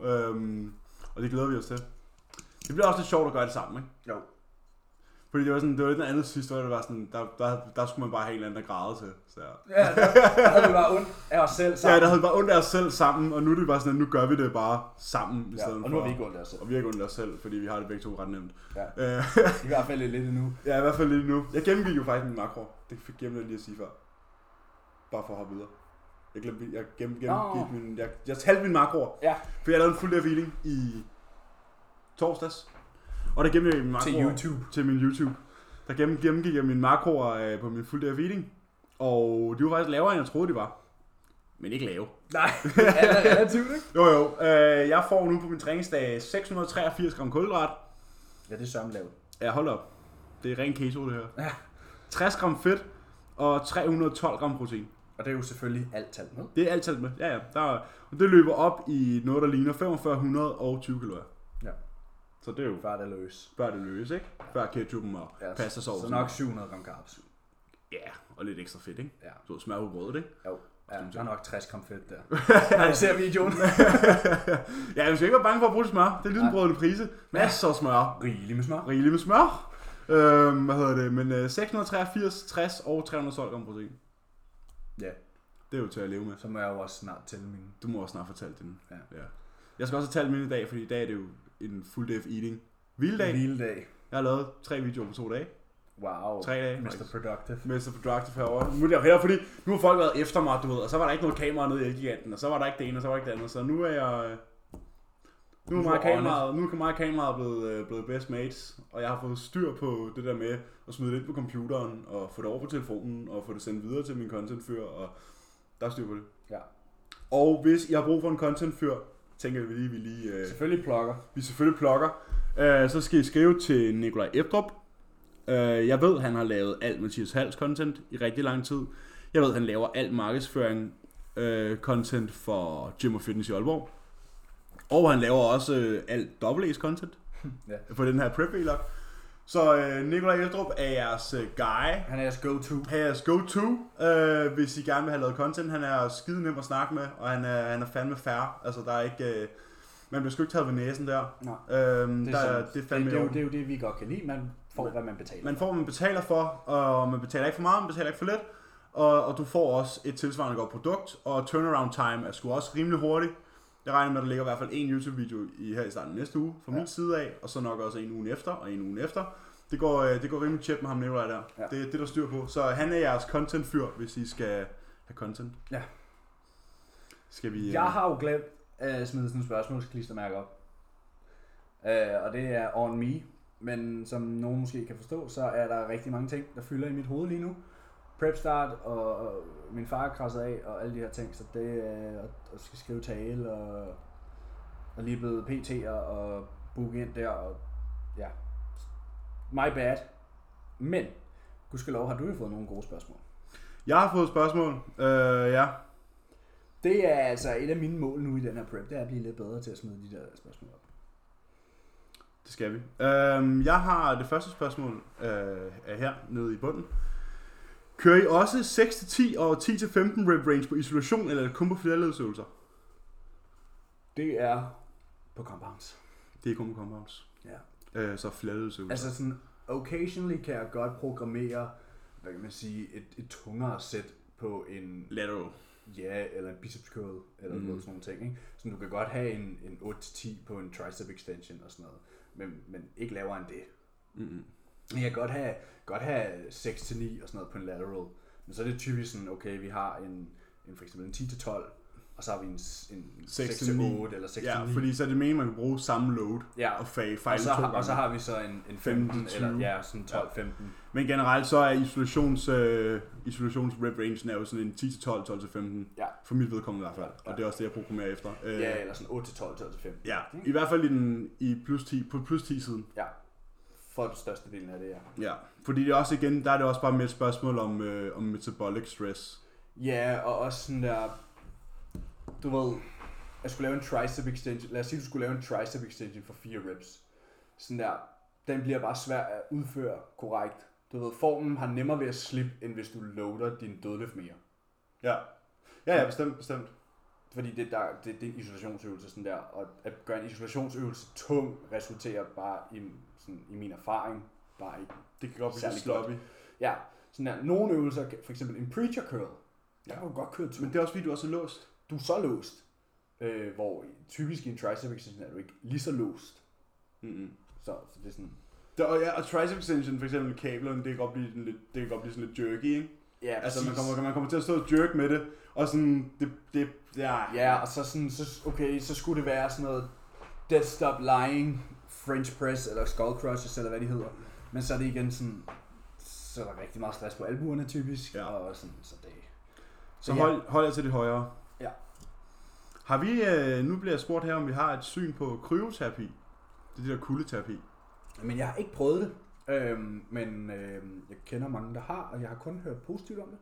Og det glæder vi os til. Det bliver også lidt sjovt at gøre det sammen, ikke? Jo. Fordi det var lidt den andet sidste, hvor det var sådan, der skulle man bare have en eller anden, der græde til. Så. Ja, der havde vi bare ondt af os selv sammen. Ja, der havde vi bare ondt af os selv sammen, og nu er det bare sådan, at nu gør vi det bare sammen i stedet for. Og nu har vi ikke ondt af os selv. Og vi har ikke ondt af os selv, fordi vi har det begge to ret nemt. Ja. I hvert fald lidt endnu. Ja, i hvert fald lidt endnu. Jeg gennemgik jo faktisk min makro. Det glemte jeg lige at sige før. Bare for at hoppe videre. Jeg gennemgik min... Jeg talte min makroer. Ja. For jeg lavede en full day of eating i torsdags. Og der gennemgik jeg min makroer til min YouTube. Der gennemgik jeg mine makroer på min full day of eating. Og de var faktisk lavere, end jeg troede, de var. Men ikke lave. Nej, relativt ikke? Jo. Jeg får nu på min træningsdag 683 gram kulhydrat. Ja, det er sørme lavt. Ja, hold op. Det er ren keto, det her. Ja. 60 gram fedt og 312 gram protein. Og det er jo selvfølgelig alt talt med. Det er alt talt med, ja. Og det løber op i noget, der ligner 4520 kalorier. Ja. Så det er jo... Før det løs. Før det løs, ikke? Før ketchupen og pastasaucen. Så nok 700 gram carbs. Ja, og lidt ekstra fedt, ikke? Ja. Så smør på brødet, ikke? Jo. Ja, der er nok 60 gram fedt der. Når jeg ser videoen. Ja, vi skal ikke være bange for at bruge smør. Det er ligesom brødende prise. Masser af smør. Rigeligt med smør. Hvad hedder det? Men 683, 60 og 312 gram protein. Ja. Det er jo til at leve med. Så må jeg jo også snart tælle mine. Du må også snart fortælle dine. Ja. Jeg skal også have talt mine i dag, fordi i dag er det jo en full day of eating. Hviledag. Jeg har lavet 3 videoer på 2 dage. Wow. 3 dage. Mr. Productive. Mr. Productive herovre. Nu er det her, fordi nu har folk været efter mig, du ved, og så var der ikke noget kamera nede i Elgiganten, og så var der ikke det ene, og så var der ikke det andet, så nu er jeg... Nu er meget kameraet blevet best mates, og jeg har fået styr på det der med at smide det ind på computeren, og få det over på telefonen, og få det sendt videre til min contentfyr, og der er styr på det. Ja. Og hvis jeg har brug for en contentfyr, tænker vi lige... Selvfølgelig plugger. Vi selvfølgelig plugger. Så skal I skrive til Nikolaj Ebdrup. Jeg ved, han har lavet alt Mathias Hals content i rigtig lang tid. Jeg ved, han laver alt markedsføring content for Gym og Fitness i Aalborg. Og han laver også alt A's content for den her prep vlog. Så Nikolaj Ebdrup er jeres guy. Han er jeres go-to. Hvis I gerne vil have lavet content. Han er skide nem at snakke med, og han er fandme fair. Altså, der er ikke... man bliver sgu ikke taget ved næsen der. Nej. Det er jo det, vi godt kan lide. Man får, hvad man betaler. Man får, hvad man betaler for, og man betaler ikke for meget, man betaler ikke for lidt. Og du får også et tilsvarende godt produkt, og turnaround time er sgu også rimelig hurtigt. Jeg regner med, at der ligger i hvert fald en YouTube-video her i starten næste uge, fra min side af, og så nok også en uge efter, og en uge efter. Det går rimelig tjep med ham Nikolaj der. Ja. Det der styr på. Så han er jeres content-fyr, hvis I skal have content. Ja. Skal vi... Jeg har jo glemt at smide sådan en spørgsmålsklistermærke op. Og det er on me. Men som nogen måske kan forstå, så er der rigtig mange ting, der fylder i mit hoved lige nu. Prep start, og min far er krasset af, og alle de her ting. Så det er at skal skrive tale, og lige blevet PT'er, og booke ind der, og ja. My bad. Men, gudskelov, har du jo fået nogle gode spørgsmål. Jeg har fået spørgsmål, ja. Det er altså et af mine mål nu i den her prep, det er at blive lidt bedre til at smide de der spørgsmål op. Det skal vi. Jeg har det første spørgsmål er her nede i bunden. Kører I også 6-10 og 10-15 rep range på isolation, eller er det kun på flerledsøvelser? Det er på compounds. Det er kun på compounds. Ja. Så flerledsøvelser. Altså sådan, occasionally kan jeg godt programmere, hvad kan man sige, et tungere sæt på en lateral. Ja, eller en biceps curl, eller sådan nogle ting, ikke? Så du kan godt have en 8-10 på en tricep extension og sådan noget, men ikke lavere end det. Mm-hmm. Jeg kan godt have 6-9 og sådan noget på en lateral, men så er det typisk sådan, okay, vi har en for eksempel en 10-12, og så har vi en 6-8 eller 6-9. Ja, fordi så er det meningen, man kan bruge samme load og fejle to gange. Og så har vi så en 15 eller ja, sådan 12-15. Men generelt så er isolations rep range er jo sådan en 10-12, 12-15. Ja. For mit vedkommende i hvert fald. Og det er også det, jeg programmerer efter. Ja, eller sådan 8-12, 12-15. Ja, i hvert fald i plus 10, på plus 10 siden. Ja, for den største del af det, ja. Ja, fordi det er også igen, der er det også bare med et spørgsmål om metabolic stress. Ja, og også sådan der, du ved, at skulle lave en tricep extension, lad os sige, du skulle lave en tricep extension for 4 reps. Sådan der, den bliver bare svær at udføre korrekt. Du ved, formen har nemmere ved at slippe, end hvis du loader din dødløft mere. Ja, bestemt. Fordi det er en isolationsøvelse sådan der, og at gøre en isolationsøvelse tung resulterer bare i min erfaring, bare ikke. Det kan godt blive særlig sloppy. Ja, sådan der. Nogle øvelser, for eksempel en preacher curl, der kan du godt køre tung. Men det er også fordi, du er så låst. Du er så låst, hvor typisk i en tricep extension er du ikke lige så låst. Så det er sådan... Og tricep extension, for eksempel kablerne, det kan godt blive sådan lidt jerky, ikke? Ja, altså man kommer til at stå og jerk med det, og sådan, Ja, og så sådan, så skulle det være sådan noget dead stop lying, French press, eller skull crushes, eller hvad de hedder. Men så er det igen sådan, så er der rigtig meget stress på albuerne typisk, og sådan, så det... Så hold jer til det højere. Ja. Har vi, nu bliver jeg spurgt her, om vi har et syn på kryoterapi. Det er det der kuldeterapi. Men jeg har ikke prøvet det, men jeg kender mange, der har, og jeg har kun hørt positivt om det.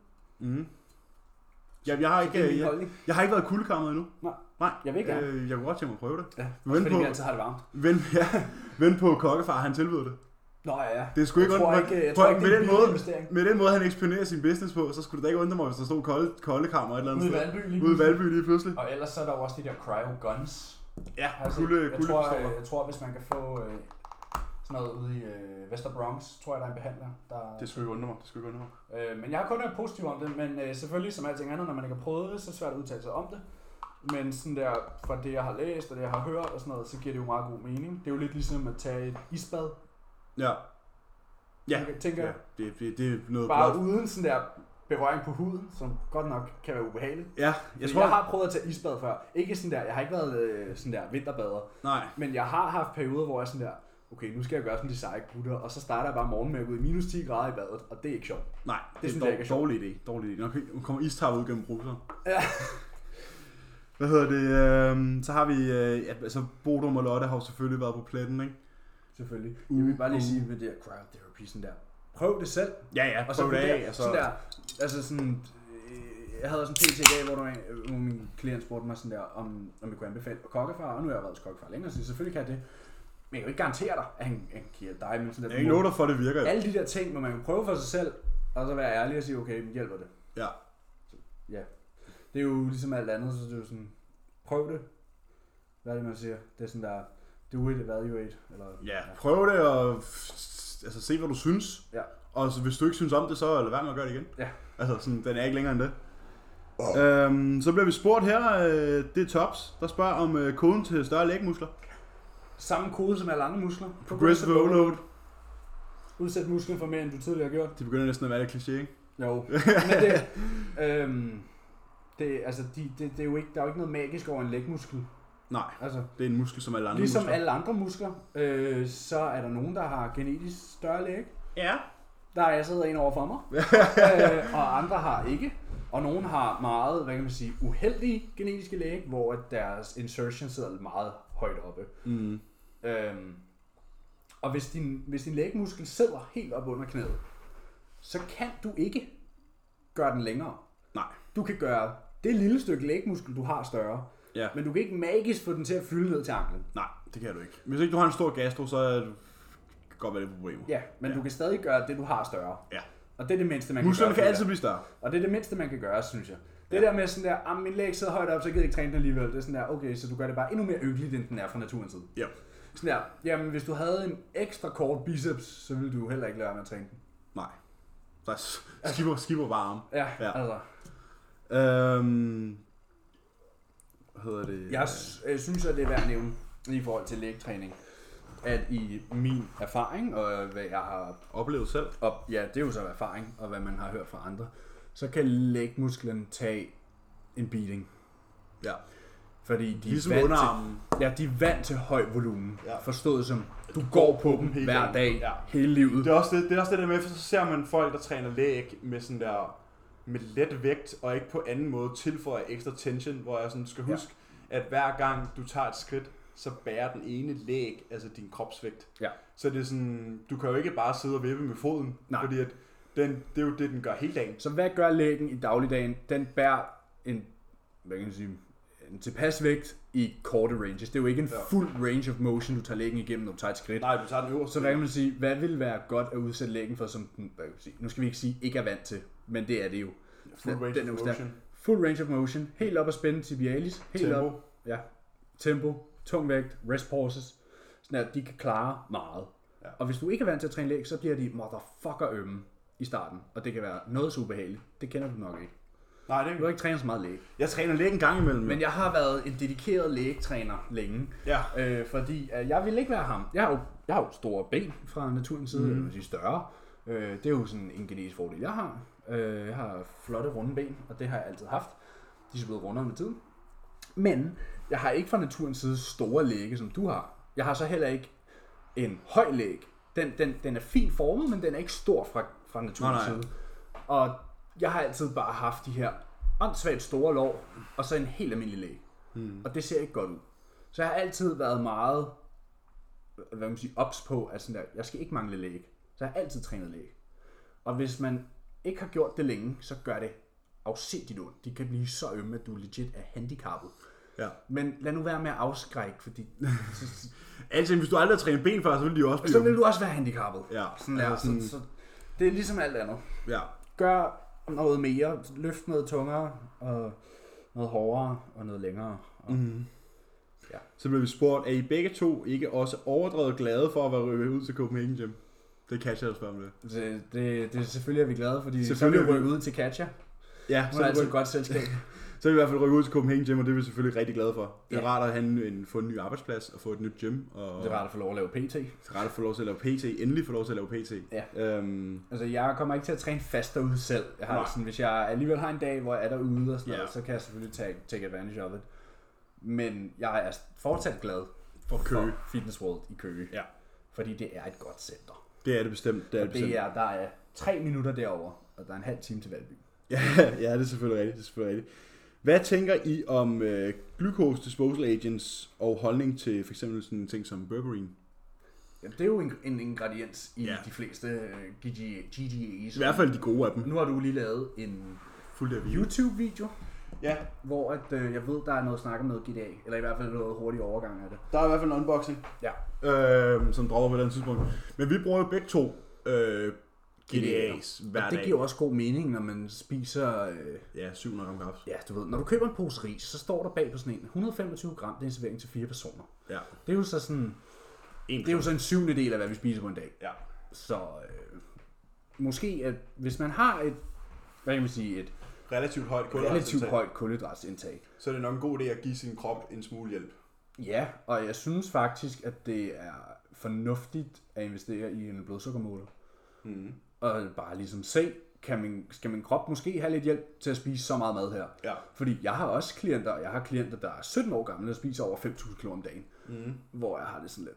Ja, jeg har ikke været i kuldekammeret endnu. Nej. Jeg vil ikke jeg kunne godt tænke mig at prøve det. Ja, også fordi vi altid har det varmt. Vent på kokkefar, han tilbød det. Nå ja. Det skulle ikke undre mig. Med den måde, han eksponerer sin business på, så skulle det da ikke undre mig, hvis der stod koldekammer et eller andet sted. Ude i Valby lige pludselig. Og ellers så er der jo også de der cryo guns. Ja, jeg tror, hvis man kan få sådan noget ude i Vester Bronx, tror jeg, der er en behandler. Det skulle ikke undre mig. Men jeg har kun hørt positivt om det, men selvfølgelig som alting andet, når man ikke har prøvet det, så er det svært at udtale sig om det. Men sådan der, fra det jeg har læst og det jeg har hørt og sådan noget, så giver det jo meget god mening. Det er jo lidt ligesom at tage et isbad. Ja. Tænker jeg. Det er noget bare blot. Uden sådan der berøring på huden, som godt nok kan være ubehageligt. Ja, jeg har prøvet at tage isbad før. Ikke sådan der, jeg har ikke været sådan der vinterbader. Nej. Men jeg har haft perioder, hvor jeg sådan der, okay, nu skal jeg gøre sådan de seje gutter, og så starter jeg bare morgen med at gå i minus 10 grader i badet, og det er ikke sjovt. Nej, det synes jeg ikke er sjovt. Dårlig idé. Nu kommer istappet ud gennem bruser. Ja. Hvad hedder det? Så har vi, altså Bodum og Lotte har jo selvfølgelig været på pletten, ikke? Selvfølgelig. Jeg vil bare lige sige med det her cryotherapy sådan der. Prøv det selv. Ja, og så prøv det af. Altså. Sådan der, altså sådan, jeg havde også en PT i dag, hvor min klient spurgte mig sådan der, om jeg kunne anbefale kokkefar, og nu har jeg været hos kokkefar længere, så selvfølgelig kan jeg det. Men jeg kan jo ikke garantere dig, at han kan hjælpe dig med sådan der. Jeg er ikke noget, for det virker. Alle de der ting må man jo prøve for sig selv, og så være ærlig og sige, okay, men hjælper det. Ja. Så, ja. Det er jo ligesom alt andet, så det er jo sådan, prøv det. Hvad er det, man siger? Det er sådan der, do it, evaluate. Eller, prøv det og altså, se, hvad du synes. Ja. Og så, hvis du ikke synes om det, så lad være med at gøre det igen. Ja. Altså, sådan, den er ikke længere end det. Så bliver vi spurgt her, det er Tops, der spørger om koden til større lægmuskler. Samme kode som alle andre muskler. Progressive overload. Udsæt musklen for mere, end du tidligere har gjort. De begynder næsten at være lidt kliché, ikke? Jo. Men det er jo ikke, der er jo ikke noget magisk over en lægmuskel. Nej, altså, det er en muskel som alle andre ligesom muskler. Alle andre muskler, så er der nogen, der har genetisk større læg. Ja. Der er jeg sidder en over for mig. Og andre har ikke. Og nogen har meget, hvad kan man sige, uheldige genetiske læg, hvor deres insertion sidder meget højt oppe. Og hvis din lægmuskel sidder helt op under knæet, så kan du ikke gøre den længere. Nej. Du kan gøre det lille stykke lægmuskel, du har større. Ja. Men du kan ikke magisk få den til at fylde ned til anklen. Nej, det kan du ikke. Hvis ikke du har en stor gastro, så kan det godt være det problemer. Ja, men du kan stadig gøre det, du har større. Ja. Og det er det mindste, man musklerne kan gøre. Musklerne kan altid blive større. Og det er det mindste, man kan gøre, synes jeg. Det der med sådan der, min læg sidder højt op, så jeg gider ikke træne den alligevel. Det er sådan der, okay, så du gør det bare endnu mere ynkeligt, end den er fra naturens side. Ja. Sådan der, jamen hvis du havde en ekstra kort biceps, så ville du heller ikke lade med at træne den. Nej. Så skipper bare arm. Ja, altså. Hvad hedder det? Jeg synes, at det er værd at nævne i forhold til lægtræning, at i min erfaring, og hvad jeg har oplevet selv, ja, det er jo så erfaring, og hvad man har hørt fra andre, så kan lægmusklen tage en beating. Ja. Fordi de ligesom underarmen. De er vant til høj volumen. Ja. Forstået som, du går på dem hver dag, hele livet. Det er også det der med, for så ser man folk, der træner læg med sådan der, med let vægt, og ikke på anden måde tilføjer ekstra tension, hvor jeg sådan skal huske, at hver gang du tager et skridt, så bærer den ene læg, altså din kropsvægt. Ja. Så det er sådan, du kan jo ikke bare sidde og vippe med foden, fordi at det er jo det, den gør hele dagen. Så hvad gør lægen i dagligdagen? Den bærer en, hvad kan man sige, en tilpas vægt i korte ranges. Det er jo ikke en fuld range of motion, du tager læggen igennem, når du tager et skridt. Nej, du tager den øverste. Så hvad kan man sige, hvad vil være godt at udsætte læggen for, som den, hvad kan man sige, nu skal vi ikke sige, ikke er vant til, men det er det jo. Full range of motion. Full range of motion, helt op at spænde tibialis, helt tempo. op. Ja, tempo, tung vægt, rest pauses, sådan at de kan klare meget. Ja. Og hvis du ikke er vant til at træne læg, så bliver de motherfucker ømme i starten, og det kan være noget så ubehageligt. Det kender du nok ikke. Nej, det er Du har ikke trænet så meget læg. Jeg træner læg en gang imellem. Men jeg har været en dedikeret lægetræner længe. Ja. Fordi jeg vil ikke være ham. Jeg har jo store ben fra naturens side, eller sige større. Det er jo sådan en genetisk fordel, jeg har. Jeg har flotte, runde ben, og det har jeg altid haft. De er så blevet rundere med tiden. Men jeg har ikke fra naturens side store lægge, som du har. Jeg har så heller ikke en høj læg. Den er fint formet, men den er ikke stor fra naturens side. Og jeg har altid bare haft de her åndssvagt store lår, og så en helt almindelig læg. Og det ser ikke godt ud. Så jeg har altid været meget, hvad man sige, ops på, at sådan der, jeg skal ikke mangle læg. Så jeg har altid trænet læg. Og hvis man ikke har gjort det længe, så gør det afsindigt ondt. De kan blive så ømme, at du legit er handicappet. Ja. Men lad nu være med at afskrække, fordi... altså, hvis du aldrig har trænet ben før, så vil de også blive... Så vil du også være handicappet. Ja. Sådan der, så det er ligesom alt andet. Ja. Gør noget mere, løft noget tungere, og noget hårdere, og noget længere. Og, ja. Så blev vi spurgt, er I begge to ikke også overdrevet glade for at være rykket ud til Copenhagen Gym? Det kan jeg spørge om det. Det selvfølgelig er vi glade, fordi så er vi rykket ud til Katja. Ja, så er det altid et godt selskab. Så er vi i hvert fald rykket ud til Copenhagen Gym, og det er vi selvfølgelig rigtig glade for. Det er rart at få en ny arbejdsplads og få et nyt gym. Og det er rart at få lov at lave PT. Det er rart at få lov til at lave PT. Endelig få lov til at lave PT. Ja. Altså jeg kommer ikke til at træne fast derude selv. Jeg har sådan, hvis jeg alligevel har en dag, hvor jeg er derude og sådan noget, så kan jeg selvfølgelig take advantage of it. Men jeg er fortsat glad for Fitness World i Køge. Ja. Fordi det er et godt center. Det er det bestemt. Der er 3 minutter derover, og der er en halv time til Valby. Ja, det er selvfølgelig rigtigt. Hvad tænker I om glucose disposal agents og holdning til for eksempel sådan en ting som berberine? Ja, det er jo en ingrediens i de fleste GGA's. I hvert fald de gode af dem. Nu har du lige lavet en YouTube-video, hvor at, jeg ved, der er noget at snakke om noget GDA, eller i hvert fald noget hurtig overgang af det. Der er i hvert fald en unboxing, som dropper på den tidspunkt. Men vi bruger jo begge to GDA's hver dag. Det giver også god mening, når man spiser... 700 gram kaffe. Ja, du ved, når du køber en pose ris, så står der bag på sådan en 125 gram, det er en servering til 4 personer. Ja. Det er jo så sådan... Det er jo så en 7. del af, hvad vi spiser på en dag. Ja. Så måske, at hvis man har et, hvad kan man sige, et relativt højt kulhydratindtag, så er det nok en god idé at give sin krop en smule hjælp. Ja, og jeg synes faktisk, at det er fornuftigt at investere i en blodsukkermåler. Og bare ligesom se, skal min krop måske have lidt hjælp til at spise så meget mad her? Ja. Fordi jeg har også klienter, der er 17 år gamle og spiser over 5.000 kilo om dagen. Hvor jeg har det sådan lidt.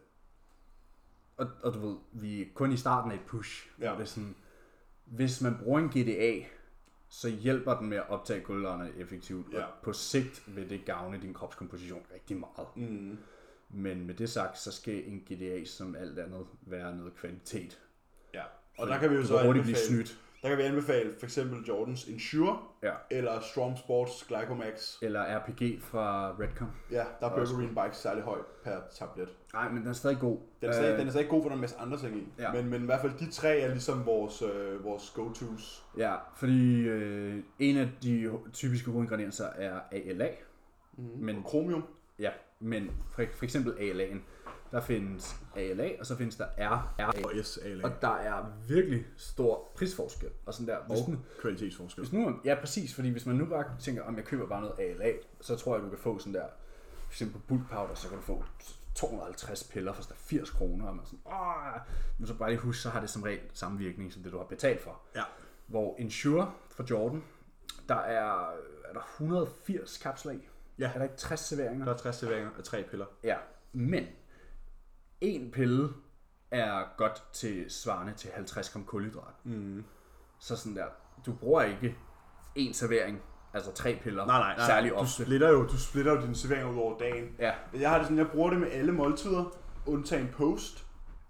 Og du ved, vi er kun i starten af et push. Ja. Det er sådan, hvis man bruger en GDA, så hjælper den med at optage kulhydraterne effektivt. Ja. Og på sigt vil det gavne din kropskomposition rigtig meget. Men med det sagt, så skal en GDA som alt andet være noget kvalitet. Ja. Og der kan vi jo så anbefale, der kan vi anbefale for eksempel Jordans Ensure, eller Strong Sports Glycomax. Eller RPG fra Redcon. Ja, der er berberine bare ikke særlig høj per tablet. Nej, men den er stadig god. Den er stadig god, for der er en masse andre ting i. Ja. Men i hvert fald de tre er ligesom vores go-tos. Ja, fordi en af de typiske hovedingredienser er ALA. Men chromium. Ja, men for eksempel ALA'en. Der findes ALA, og så findes der RA. Og der er virkelig stor prisforskel. Og sådan der. Kvalitetsforskel. Ja, præcis. Fordi hvis man nu bare tænker, om jeg køber bare noget ALA, så tror jeg, du kan få sådan der, for eksempel bulk powder, så kan du få 250 piller for 80 kroner. Og man sådan, men så bare lige husk, så har det som regel samme virkning, som det du har betalt for. Ja. Hvor Ensure fra Jordan, der er der 180 kapsler i. Ja. Er der ikke 60 serveringer? Der er 60 serveringer af 3 piller. Ja, men en pille er godt til svarende til 50 gram kulhydrat. Så sådan der, du bruger ikke en servering, altså 3 piller, nej, særlig ofte. Du splitter jo dine serveringer ud over dagen. Ja. Jeg har det sådan, jeg bruger det med alle måltider, undtagen post.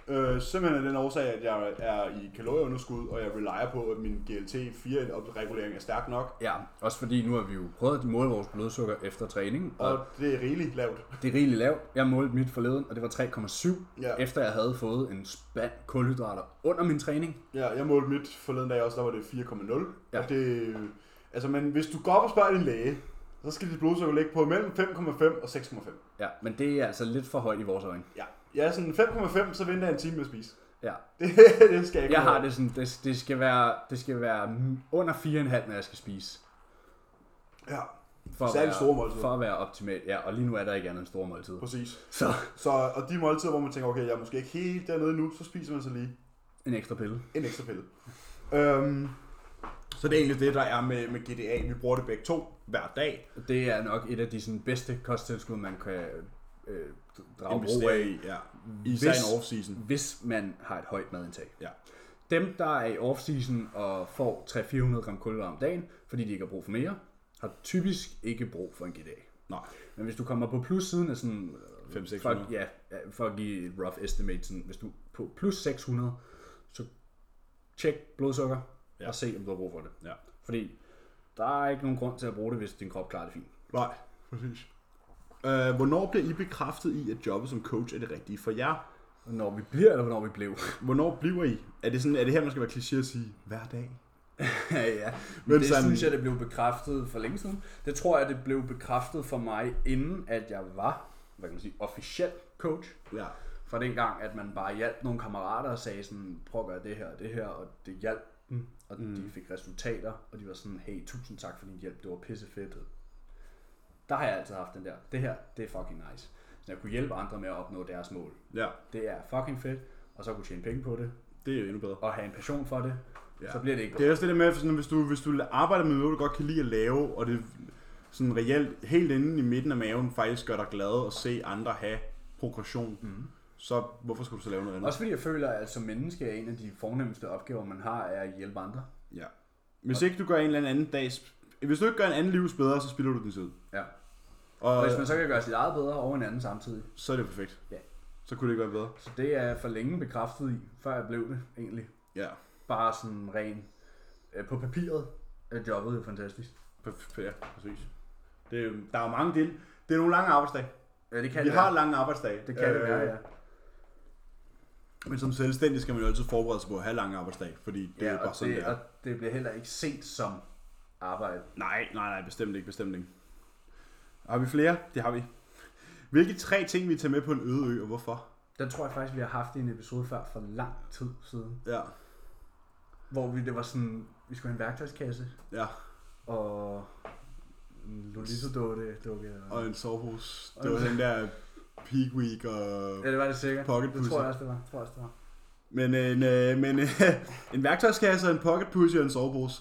Simpelthen af den årsag, at jeg er i kalorieunderskud, og jeg relyer på, at min GLT-4-regulering er stærk nok. Ja, også fordi nu har vi jo prøvet at måle vores blodsukker efter træning. Og det er rigeligt lavt. Det er rigeligt lavt. Jeg målte mit forleden, og det var 3,7, efter jeg havde fået en spand kulhydrater under min træning. Ja, jeg målte mit forleden dag også, der var det 4,0. Ja. Og det, altså, men hvis du går op og spørger din læge, så skal dit blodsukker ligge på mellem 5,5 og 6,5. Ja, men det er altså lidt for højt i vores øjne. Ja, sådan 5,5, så venter jeg en time med at spise. Ja. Det skal jeg ikke. Jeg har det sådan, det skal være under 4,5, når jeg skal spise. Ja, særligt store måltider. For at være optimalt, ja, og lige nu er der ikke andet end store måltider. Præcis. Så, og de måltider, hvor man tænker, okay, jeg er måske ikke helt dernede nu, så spiser man så lige en ekstra pille. Så det er egentlig det, der er med GDA. Vi bruger det begge to hver dag. Det er nok et af de sådan, bedste kosttilskud, man kan drage brug af. Ja. Især en off-season. Hvis man har et højt madindtag. Ja. Dem, der er i off-season og får 300-400 gram kulhydrater om dagen, fordi de ikke har brug for mere, har typisk ikke brug for en GDA. Nej. Men hvis du kommer på plussiden af sådan 500-600. For at give et rough estimate, sådan, hvis du er på plus 600, så tjek blodsukker og se, om du har brug for det. Ja. Fordi der er ikke nogen grund til at bruge det, hvis din krop klarer det fint. Nej, præcis. Hvornår bliver I bekræftet i, at jobbet som coach er det rigtige for jer? Hvornår vi bliver, eller hvornår vi blev? Hvornår bliver I? Er det her, man skal være kliché at sige, hver dag? Ja, men det sådan, synes jeg, det blev bekræftet for længe siden. Det tror jeg, det blev bekræftet for mig, inden at jeg var, hvad kan man sige, officiel coach. Ja. For dengang, at man bare hjalp nogle kammerater og sagde sådan, prøv at gøre det her, og det hjalp dem, og de fik resultater, og de var sådan, hey, tusind tak for din hjælp, det var pissefedt. Der har jeg altid haft den der, det her, det er fucking nice. Så jeg kunne hjælpe andre med at opnå deres mål. Ja. Det er fucking fedt, og så kunne tjene penge på det. Det er jo endnu bedre. Og have en passion for det, så bliver det ikke bedre. Det er også det der med, sådan, hvis du arbejder med noget, du godt kan lide at lave, og det sådan reelt helt inde i midten af maven faktisk gør dig glad at se andre have progression, så hvorfor skulle du så lave noget andet? Også fordi jeg føler, at som menneske er en af de fornemmeste opgaver, man har, er at hjælpe andre. Ja. Hvis ikke du gør en eller anden dags... Hvis du ikke gør en anden livs bedre, så spilder du din tid. Ja. Og hvis man så kan gøre sit eget bedre over en anden samtidig, så er det perfekt. Ja. Så kunne det ikke være bedre. Så det er for længe bekræftet i, før jeg blev det egentlig. Ja. Bare sådan ren på papiret er jobbet jo fantastisk. Ja, præcis. Der er jo mange det er nogle lange arbejdsdage. Ja, det kan Vi har lange arbejdsdage. Det kan det være, ja. Men som selvstændig skal man jo altid forberede sig på at have lange arbejdsdage, fordi det er bare sådan, det er. Og det bliver heller ikke set som arbejde. Nej, bestemt ikke. Har vi flere? Det har vi. Hvilke 3 ting vi tager med på en øde ø, og hvorfor? Den tror jeg faktisk, vi har haft i en episode før for lang tid siden. Ja. Hvor det var sådan, vi skulle have en værktøjskasse. Ja. Og en Lolita-dukke. Og en sovepose. Det var den der Peak Week og... Ja, det var det sikkert. Pocket Pussy. Det tror jeg også, det var. Men en værktøjskasse, en Pocket Pussy og en sovepose.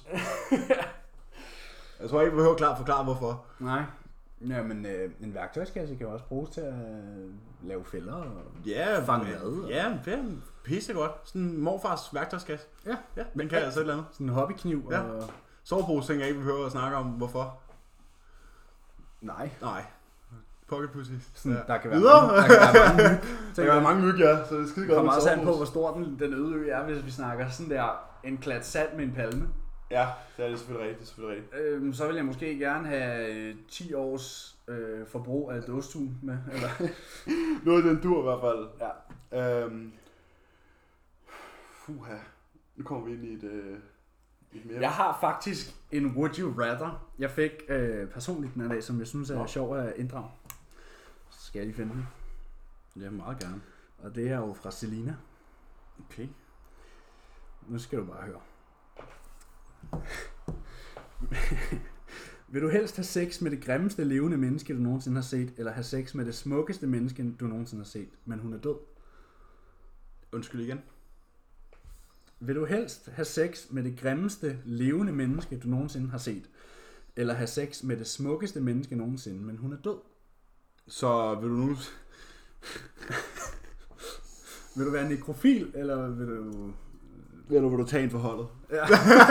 Jeg tror ikke, vi behøver forklare hvorfor. Nej. Ja, men en værktøjskasse kan jo også bruges til at lave fælder og fange mad. Ja, det er pissegodt. Sådan en morfars værktøjskasse. Ja, den kan altså et eller andet. Sådan en hobbykniv. Ja. Og... Sovepose tænker jeg ikke, vi behøver at snakke om hvorfor. Nej. Pocket Pussy. Sådan, ja. Der kan være mange myg. Der kan være mange myg, ja. Så det er skide godt. Det kommer også an på, hvor stor den øde ø er, hvis vi snakker sådan der en klat sand med en palme. Ja, det er selvfølgelig rigtigt. Så vil jeg måske gerne have 10 års forbrug af dåstun med. Eller? Noget af den dur i hvert fald. Ja. Nu kommer vi ind i et mere... Jeg har faktisk en Would You Rather. Jeg fik personligt den her dag, som jeg synes er sjov at inddrage. Så skal jeg lige finde den. Ja, meget gerne. Og det er jo fra Selina. Okay. Nu skal du bare høre. Vil du helst have sex med det grimmeste levende menneske, du nogensinde har set, eller have sex med det smukkeste menneske, du nogensinde har set, men hun er død? Undskyld igen. Vil du helst have sex med det grimmeste levende menneske, du nogensinde har set, eller have sex med det smukkeste menneske nogensinde, men hun er død? Så vil du nu... Vil du være nekrofil, eller vil du... Vil du tage en for holdet? Ja.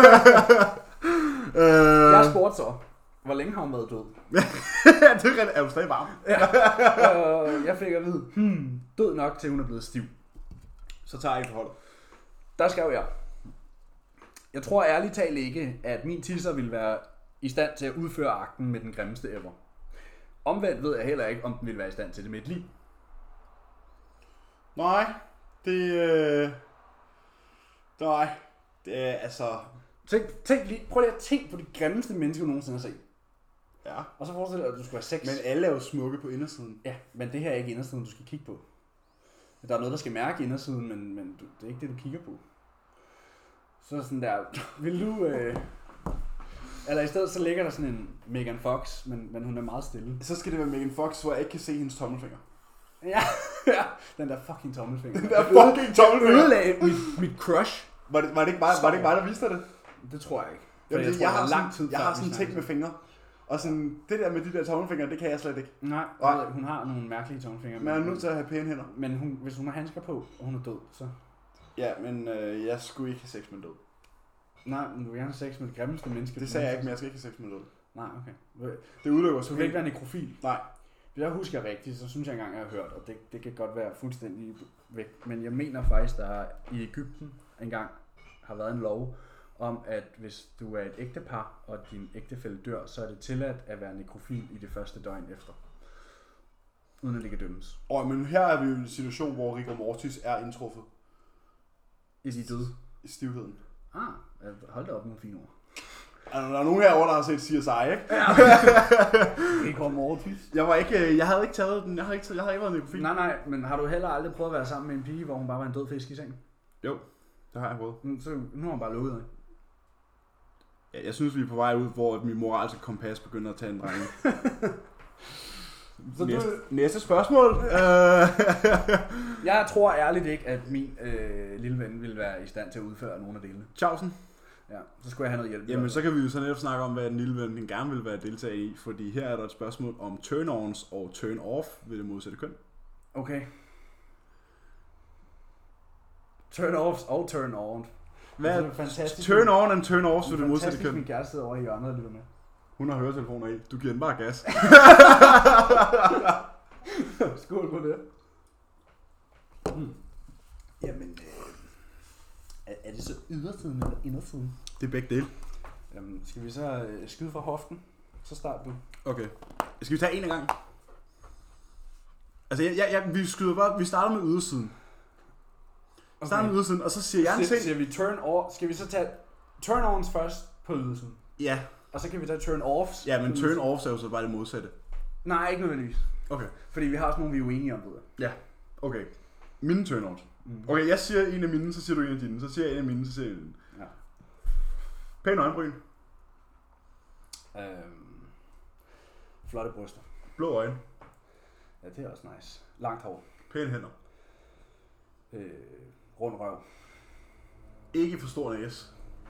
Jeg spurgte så, hvor længe har hun været død? Det er jo stadig varm. Ja. Jeg fik at vide, død nok til hun er blevet stiv. Så tager jeg et hold. Der skrev jeg tror ærligt talt ikke, at min tisser ville være i stand til at udføre akten med den grimmeste ever. Omvendt ved jeg heller ikke, om den ville være i stand til det med et liv. Nej, det er altså... Prøv lige at tænke på de grimmeste mennesker, du nogensinde har set. Ja. Og så forestil dig, at du skulle have sex. Men alle er jo smukke på indersiden. Ja, men det her er ikke indersiden, du skal kigge på. Der er noget, der skal mærke indersiden, men det er ikke det, du kigger på. Så sådan der, vil du... Eller i stedet så ligger der sådan en Megan Fox, men hun er meget stille. Så skal det være Megan Fox, hvor jeg ikke kan se hendes tommelfinger. Ja, den der fucking tommelfinger. Den der fucking tommelfinger. Ødelagde mit crush. Var det ikke mig, der viste dig det? Det tror jeg ikke. Jamen, jeg har sådan en ting med fingre. Og sådan, det der med de der tommelfingre, det kan jeg slet ikke. Nej, hun har nogle mærkelige tommelfingre. Men jeg er nødt til at have pæne hænder. Men hvis hun har handsker på, og hun er død, så... Ja, men jeg skulle ikke have sex med en død. Nej, men du vil gerne have sex med det grimmeste menneske. Det sagde jeg ikke, men jeg skal ikke have sex med en død. Nej, okay. Det udelukker så. Du vil ikke være nekrofil. Nej. Hvis jeg husker rigtigt, så synes jeg engang, jeg har hørt, og det kan godt være fuldstændig væk. Men jeg mener faktisk, der i Egypten engang har været en lov om, at hvis du er et ægtepar, og din ægtefælle dør, så er det tilladt at være nekrofil i det første døgn efter. Uden at det kan dømmes. Men her er vi jo i en situation, hvor Rigor Mortis er indtruffet. I de døde? I stivheden. Hold da op nogle fine ord. Der er nogen herovre, der har set CSI, ikke? Ja. Rigor Mortis. Jeg havde ikke taget den. Jeg havde ikke været nekrofil. Nej, men har du heller aldrig prøvet at være sammen med en pige, hvor hun bare var en død fisk i sengen? Jo, det har jeg prøvet. Så nu har hun bare lukket af. Ja, jeg synes, vi er på vej ud, hvor min moralske kompas begynder at tage en drejning. Næste spørgsmål. Jeg tror ærligt ikke, at min lille ven ville være i stand til at udføre nogle af delene. Tjavsen. Ja, så skulle jeg have noget hjælp. Jamen, så kan vi jo så netop snakke om, hvad den lille ven gerne vil være deltager i, fordi her er der et spørgsmål om turn-ons og turn-off ved det modsatte køn. Okay. Turn-offs og turn-on. Hvad er turn-on and turn-offs ved det modsatte køn? Fantastisk, min kæreste sidder over i hjørnet og lytter med. Hun har høretelefoner i. Du giver den bare gas. Skål på det. Jamen, er det så ydersiden eller indersiden? Det er begge dele. Jamen, skal vi så skyde fra hoften? Så start du. Okay. Skal vi tage en af gangen? Altså, vi starter med ydersiden. Okay. Starter med ydersiden, og så siger jeg en ting. Siger vi turn-off? Skal vi så tage turn-ons først på ydersiden? Ja. Og så kan vi tage turn-offs? Ja, men turn-offs er jo så bare det modsatte. Nej, ikke nødvendigvis. Okay. Fordi vi har også nogle, vi er uenige om, ved jeg. Ja, okay. Mine turn-offs. Okay, jeg siger en af mine, så siger du en af dine. Så siger jeg en af mine, så siger jeg en af dine. Ja. Pæn øjenbryn. Flotte bryster. Blå øjne. Ja, det er også nice. Langt hår. Pæne hænder. Rund røv. Ikke for stor næse.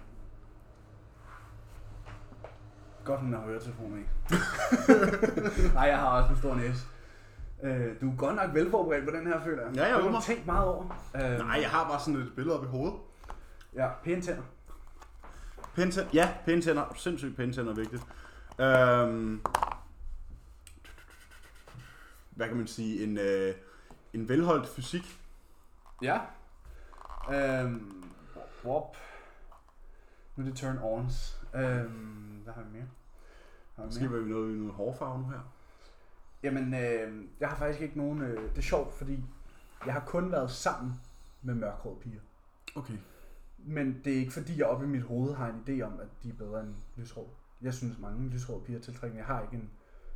Godt, hun har høretelefoner i. Nej, jeg har også en stor næse. Du er godt nok velforberedt på den her, føler jeg. Ja, jeg har tænkt meget over. Nej, jeg har bare sådan et billede op i hovedet. Ja, pæne tænder. Pæne tænder? Ja, pæne tænder. Sindssygt pæne tænder er vigtigt. Hvad kan man sige? En velholdt fysik. Ja. Wop. Nu er det turn-ons. Hvad har vi mere? Skal vi noget hårfarve nu her? Jamen, jeg har faktisk ikke nogen... det er sjovt, fordi jeg har kun været sammen med mørkhårede piger. Okay. Men det er ikke fordi, jeg oppe i mit hoved har en idé om, at de er bedre end lyshårede. Jeg synes, mange lyshårede piger er tiltrækkende. Jeg har ikke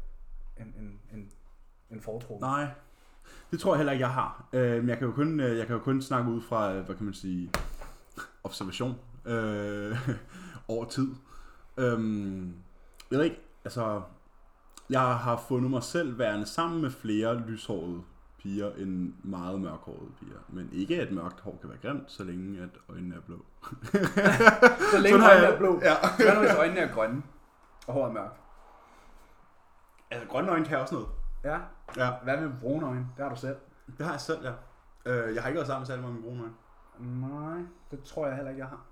en foretro. Nej, det tror jeg heller ikke, jeg har. Jeg kan jo kun snakke ud fra, hvad kan man sige, observation over tid. Jeg ved ikke, altså, jeg har fundet mig selv værende sammen med flere lyshårede piger end meget mørkhårede piger. Men ikke at mørkt hår kan være grimt, så længe at øjnene er blå. Så længe øjnene er blå? Ja. Hvad nu hvis øjnene er grønne og håret er mørkt? Altså grønne øjne kan også noget. Ja? Ja. Hvad med brune øjne? Det har du selv. Det har jeg selv, ja. Jeg har ikke været sammen med særlig mange brune øjne. Nej, det tror jeg heller ikke, jeg har.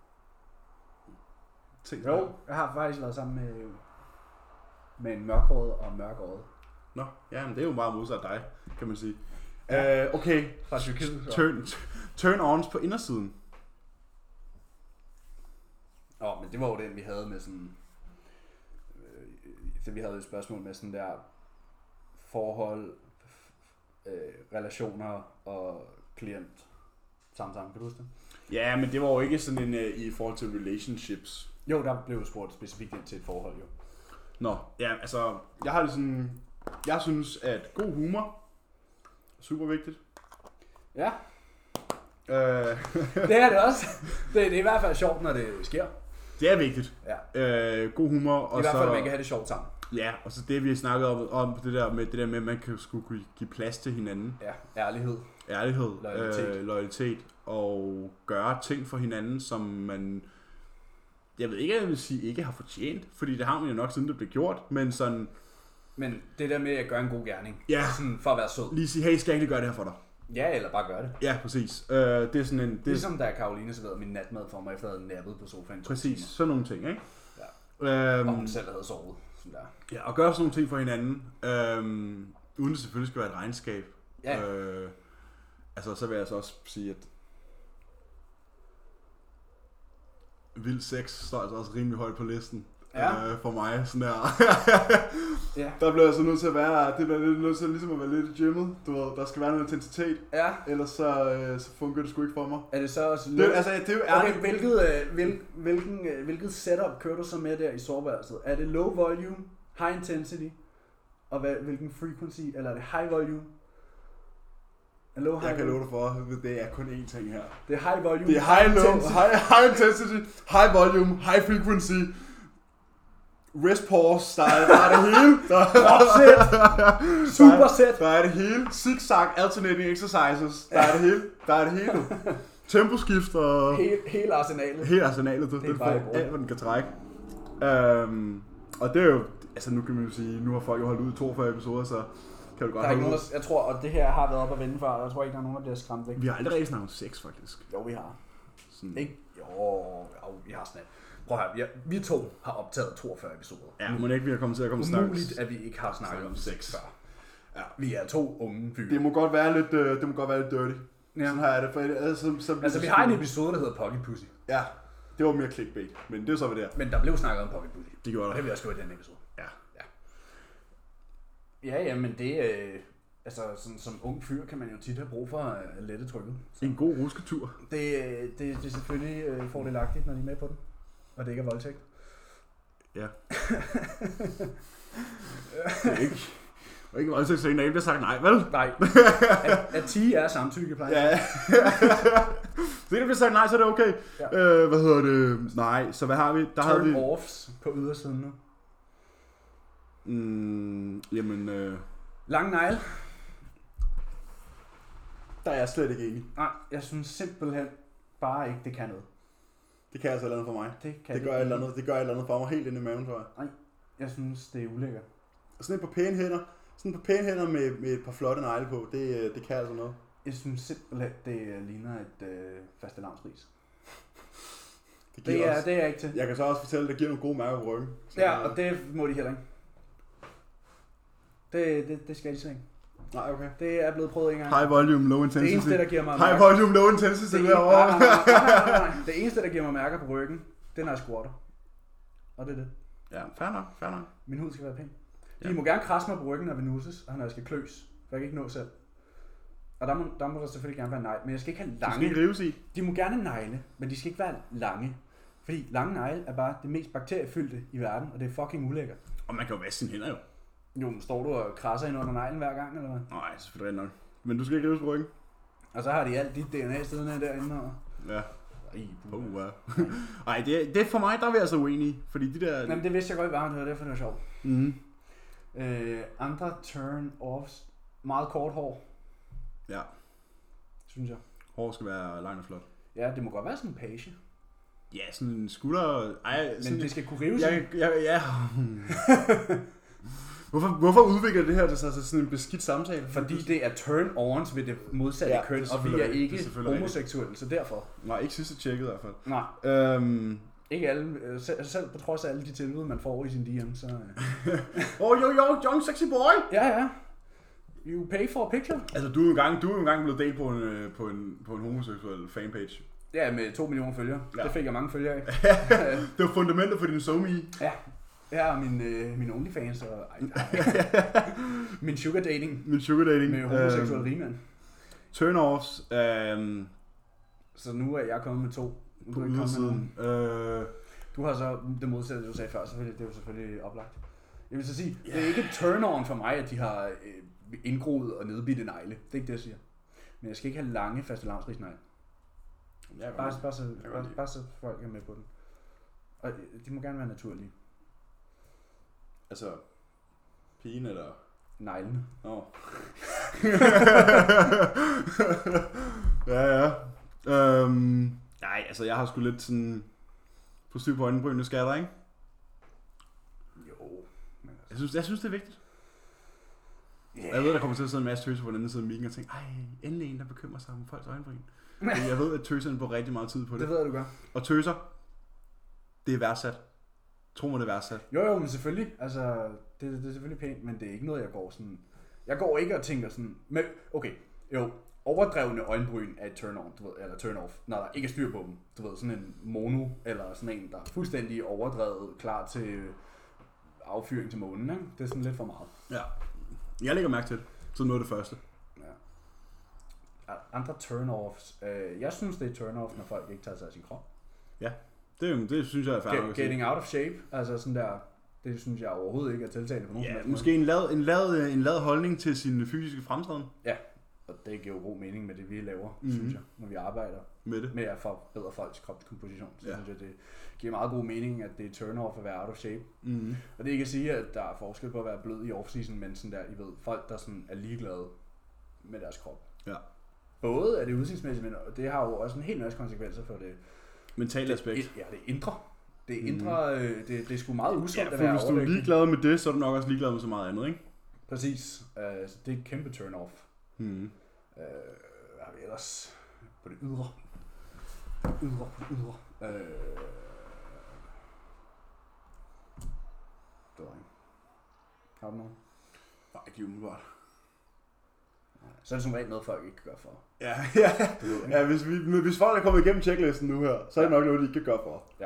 Tænk jo, jeg har faktisk været sammen med en mørkhåret og mørkøjet. Nå, ja, men det er jo bare modsat dig, kan man sige. Okay. Fra Tyrkiet. Turn-ons på indersiden. Men det var jo den, vi havde med sådan... vi havde et spørgsmål med sådan der forhold, relationer og klient sammen. Kan du huske det? Ja, men det var jo ikke sådan en i forhold til relationships. Jo, der blev spurgt specifikt ind til et forhold, jo. Nå, ja, altså, jeg har det sådan... Jeg synes, at god humor er super vigtigt. Ja. Det er det også. Det er i hvert fald sjovt, når det sker. Det er vigtigt. Ja. God humor. Og i hvert fald, at man kan have det sjovt sammen. Ja, og så det, vi har snakket om det der med, at man kan skulle give plads til hinanden. Ja, ærlighed. Loyalitet. Og gøre ting for hinanden, som man... Jeg ved ikke, jeg vil sige, ikke har fortjent. Fordi det har man jo nok, siden det blev gjort. Men sådan... Men det der med at gøre en god gerning. Ja. Sådan for at være sød. Lige sige, hey, skal jeg egentlig gøre det her for dig? Ja, eller bare gøre det. Ja, præcis. Det er sådan en... Ligesom da Karoline serverede min natmad for mig, efter at jeg havde nappet på sofaen. Præcis, sådan nogle ting, ikke? Ja. Og hun selv havde sovet. Sådan der. Ja, og gøre sådan nogle ting for hinanden. Uden det selvfølgelig skal være et regnskab. Ja. Altså, så vil jeg så også sige, at vild sex står altså også rimelig højt på listen. Ja. For mig, sådan der. Ja. Der bliver altså nødt til at være, det bliver nødt til ligesom at være lidt i gymmet. Du ved, der skal være noget intensitet. Ja. Ellers så fungerer det sgu ikke for mig. Er det så også... Det er jo ærligt. Hvilket setup kører du så med der i soveværelset? Er det low volume, high intensity, og hvilken frequency, eller er det high volume? Jeg kan love dig for, det er kun én ting her. Det er high volume, det er high intensity, high volume, high frequency. Rest pause, der er det hele. Superset. Der er det hele. Zigzag alternating exercises. Der er det hele. Temposkift og... Hele arsenalet. Hele arsenalet. Det får alt, hvad den kan trække. Og det er jo... Altså nu kan man jo sige, nu har folk jo holdt ud i 42 episoder, så kan du godt holde ud. Jeg tror, og det her har været op at vende før. Jeg tror ikke, der er nogen, der bliver skræmt væk. Vi har aldrig snakket om sex, faktisk. Jo, vi har. Sådan. Ikke? Jo, vi har snart. Prøv at høre, vi to har optaget 42 episoder. Ja, må ikke vi har kommet til at komme snakke. Umuligt, at vi ikke har snakket om sex før. Ja, vi er to unge fyre. Det må godt være lidt, dirty. Ja. Sådan har jeg det. Altså, vi har en episode, der hedder Pocket Pussy. Ja, det var mere clickbait, men det er så, hvad det er. Men der blev snakket om Pocket Pussy. Det gjorde der. Og det vil jeg også gøre i den episode. Ja. Ja, men det... Altså, sådan, som ung fyr kan man jo tit have brug for at lette trykket. Så. En god rusketur. Det er selvfølgelig fordelagtigt, når de er med på den. Og det ikke er voldtægt. Ja. Det er ikke voldtægt, så en af bliver sagt nej, vel? Nej. At 10 er samtykke, plejer. Ja. Så en bliver sagt nej, så er det okay. Ja. Hvad hedder det? Nej, så hvad har vi? Turn-offs på ydersiden nu. Jamen... Lang negl. Der er jeg slet ikke enig. Nej, jeg synes simpelthen bare ikke, det kan noget. Det kan altså et eller andet for mig. Det gør et eller andet for mig helt ind i maven, tror jeg. Nej, jeg synes, det er ulækkert. Sådan et par pæne hænder med et par flotte negle på, det kan altså noget. Jeg synes simpelthen, det ligner et fastelavnsris. Det er jeg ikke til. Jeg kan så også fortælle, at det giver nogle gode mærker på ryggen. Ja, og det må de heller ikke. Det skal de så ikke. Nej, okay. Det er blevet prøvet en gang. High volume, low intensity. Det eneste, der giver mig High volume, low intensity derovre. Nej. Det eneste, der giver mig mærker på ryggen, det er, når jeg squatter. Og det er det. Ja, fair nok. Min hud skal være pæn. De må gerne krasse mig på ryggen, når vi nusses, og når jeg skal kløs. For jeg kan ikke nå selv. Og der må der selvfølgelig gerne være negle. Men jeg skal ikke have lange. De skal ikke rives i. De må gerne negle, men de skal ikke være lange. Fordi lange negle er bare det mest bakteriefyldte i verden, og det er fucking ulækkert. Og man kan jo vaske sine hænder jo. Jo, men står du og krasser ind under neglen hver gang, eller hvad? Nej, selvfølgelig nok. Men du skal ikke rives på ryggen. Og så har de alt dit DNA stedende derinde. Og... Ja. Ej, det for mig, der er vi altså uenige. Fordi de der... Jamen, det vidste jeg godt var, det var derfor, det var sjovt. Mhm. Andre turn-offs. Meget kort hår. Ja. Synes jeg. Hår skal være langt og flot. Ja, det må godt være sådan en page. Ja, sådan en skulder... Ej, sådan... Men det skal kunne rives Ja. Hvorfor udvikler det her til sådan en beskidt samtale? Fordi det er turn-ons ved det modsatte køn, og vi er ikke homoseksuelle, så derfor. Nej, ikke sidste tjekket i hvert fald. Nej. Ikke alle, selv på trods af alle de tilbud, man får i sin DM, så... Young sexy boy! Ja. You pay for a picture. Altså, du er jo engang blevet delt på en homoseksuel fanpage. Ja, med 2 millioner følgere. Ja. Det fik jeg mange følgere af. Det var fundamentet for din SoMe. Ja. Ja, min OnlyFans og min sugar dating. Med homoseksuel rigmand. Turn-offs. Så nu er jeg kommet med 2. På ydersiden. Du har så det modsatte, du sagde før, selvfølgelig. Det er jo selvfølgelig oplagt. Jeg vil så sige, det er ikke et turn-on for mig, at de har indgroet og nedbidte negle. Det er ikke det, jeg siger. Men jeg skal ikke have lange fastelavnsrigsnegle. Bare så folk er med på den. Og de må gerne være naturlige. Altså, pigen eller? Neglene. Åh. Ja. Nej, altså jeg har sgu lidt sådan på styr på øjenbrynene, skal der, ikke? Jo. Men Jeg synes det er vigtigt. Yeah. Jeg ved, der kommer til at sidde en masse tøser på den anden side af mikken og tænke, endelig en, der bekymrer sig om folks øjenbryn. Jeg ved, at tøserne bruger rigtig meget tid på det. Det ved jeg, du gør. Og tøser, det er værdsat. Tro mig, det er værdsat. Jo, men selvfølgelig. Altså, det er selvfølgelig pænt, men det er ikke noget, jeg går sådan... Jeg går ikke og tænker sådan... Men, okay, jo, overdrevne øjenbryn er et turn-on, du ved, eller turn-off, når der ikke er styr på dem. Du ved, sådan en mono, eller sådan en, der er fuldstændig overdrevet, klar til affyring til månen, ikke? Det er sådan lidt for meget. Ja. Jeg lægger mærke til det. Så noget af det første. Ja. Andre turn-offs. Jeg synes, det er turn-off, når folk ikke tager sig af sin krop. Ja, det synes jeg er færdigt. Getting out of shape, altså sådan der, det synes jeg overhovedet ikke er tiltalende på nogen måde. måde. Måske en lad holdning til sin fysiske fremtræden. Ja, og det giver jo god mening med det, vi laver, synes jeg, når vi arbejder med at forbedre folks kropskomposition. Så synes jeg, det giver meget god mening, at det er turn-off at være out of shape. Og det er ikke at sige, at der er forskel på at være blød i off-season, men sådan der, I ved, folk, der sådan er ligeglade med deres krop. Ja. Både er det udsigtsmæssigt, men det har jo også en hel masse konsekvenser for det mentale aspekt. Ja, det er indre. Det er indre, det er sgu meget usundt at være overvægtig. Hvis du er ligeglad med det, så er du nok også ligeglad med så meget andet, ikke? Præcis. Så det er et kæmpe turn-off. Hvad har vi ellers på det ydre? Det var ikke. Har du noget? Nej, ikke umiddelbart. Så er det som regel noget, folk ikke kan gøre for. Ja, hvis folk er kommet igennem checklisten nu her, så er det nok noget, de ikke kan gøre for. Ja.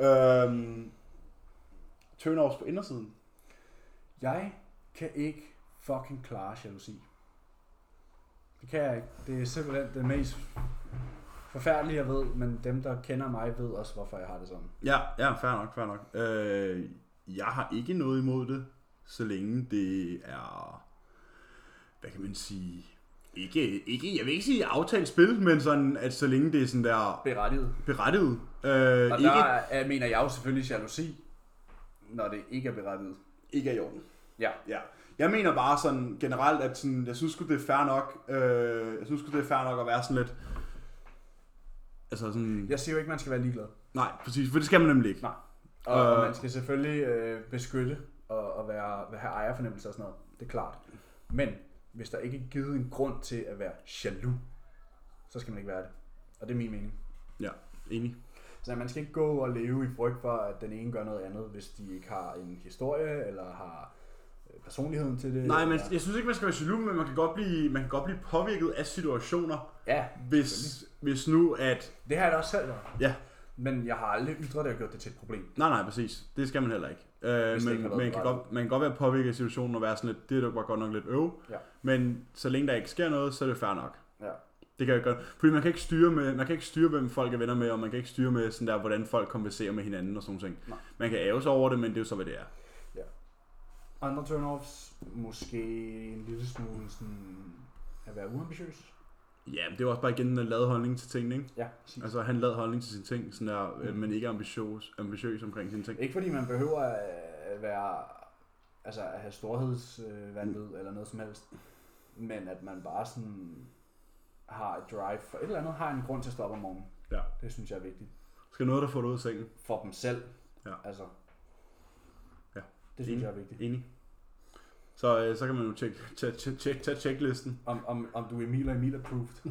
Turn-offs på indersiden. Jeg kan ikke fucking klare jalousi. Det kan jeg ikke. Det er simpelthen det mest forfærdelige, jeg ved, men dem, der kender mig, ved også, hvorfor jeg har det sådan. Ja, fair nok. Jeg har ikke noget imod det, så længe det er, hvad kan man sige, ikke, jeg vil ikke sige aftalt spil, men sådan, at så længe det er sådan der berettiget. Og ikke, der mener jeg jo selvfølgelig jalousi, når det ikke er berettiget. Ikke er i orden. Ja. Jeg mener bare sådan generelt, at sådan, jeg synes sgu, det er fair nok, at være sådan lidt, altså sådan. Jeg siger jo ikke, man skal være ligeglad. Nej, præcis, for det skal man nemlig ikke. Nej. Og man skal selvfølgelig beskytte og have ejerfornemmelse og sådan noget. Det er klart. Men hvis der ikke er givet en grund til at være jaloux, så skal man ikke være det. Og det er min mening. Ja, enig. Så man skal ikke gå og leve i frygt for, at den ene gør noget andet, hvis de ikke har en historie, eller har personligheden til det. Nej, men jeg synes ikke, man skal være jaloux, men man kan godt blive påvirket af situationer. Ja, hvis nu at... Det har jeg da også selv været. Ja. Men jeg har aldrig ytret det og gjort det til et problem. Nej, præcis. Det skal man heller ikke. Man kan godt være påvirket af situationen og være sådan lidt, det er bare godt nok lidt Ja. Men så længe der ikke sker noget, så er det fair nok. Ja. Det kan jeg godt. Fordi man kan ikke styre hvem folk er venner med, og man kan ikke styre med sådan der, hvordan folk konverserer med hinanden og sådan noget. Man kan ære sig over det, men det er jo så, hvad det er. Ja. Andre turn-offs, måske en lille smule sådan at være uambitiøs. Ja, det er også bare igen en lavet holdning til tingene, ikke? Ja, præcis. Altså han lavet holdning til sine ting, sådan der, men ikke ambitiøs omkring sine ting. Ikke fordi man behøver at være, altså at have storhedsvanvid eller noget som helst, men at man bare sådan har et drive for et eller andet, har en grund til at stoppe om morgenen. Ja. Det synes jeg er vigtigt. Skal noget, der får det ud af sengen. For dem selv. Ja. Altså. Ja. Det synes jeg er vigtigt. Enig. Så kan man jo tage checklisten. Om du er Emil approved.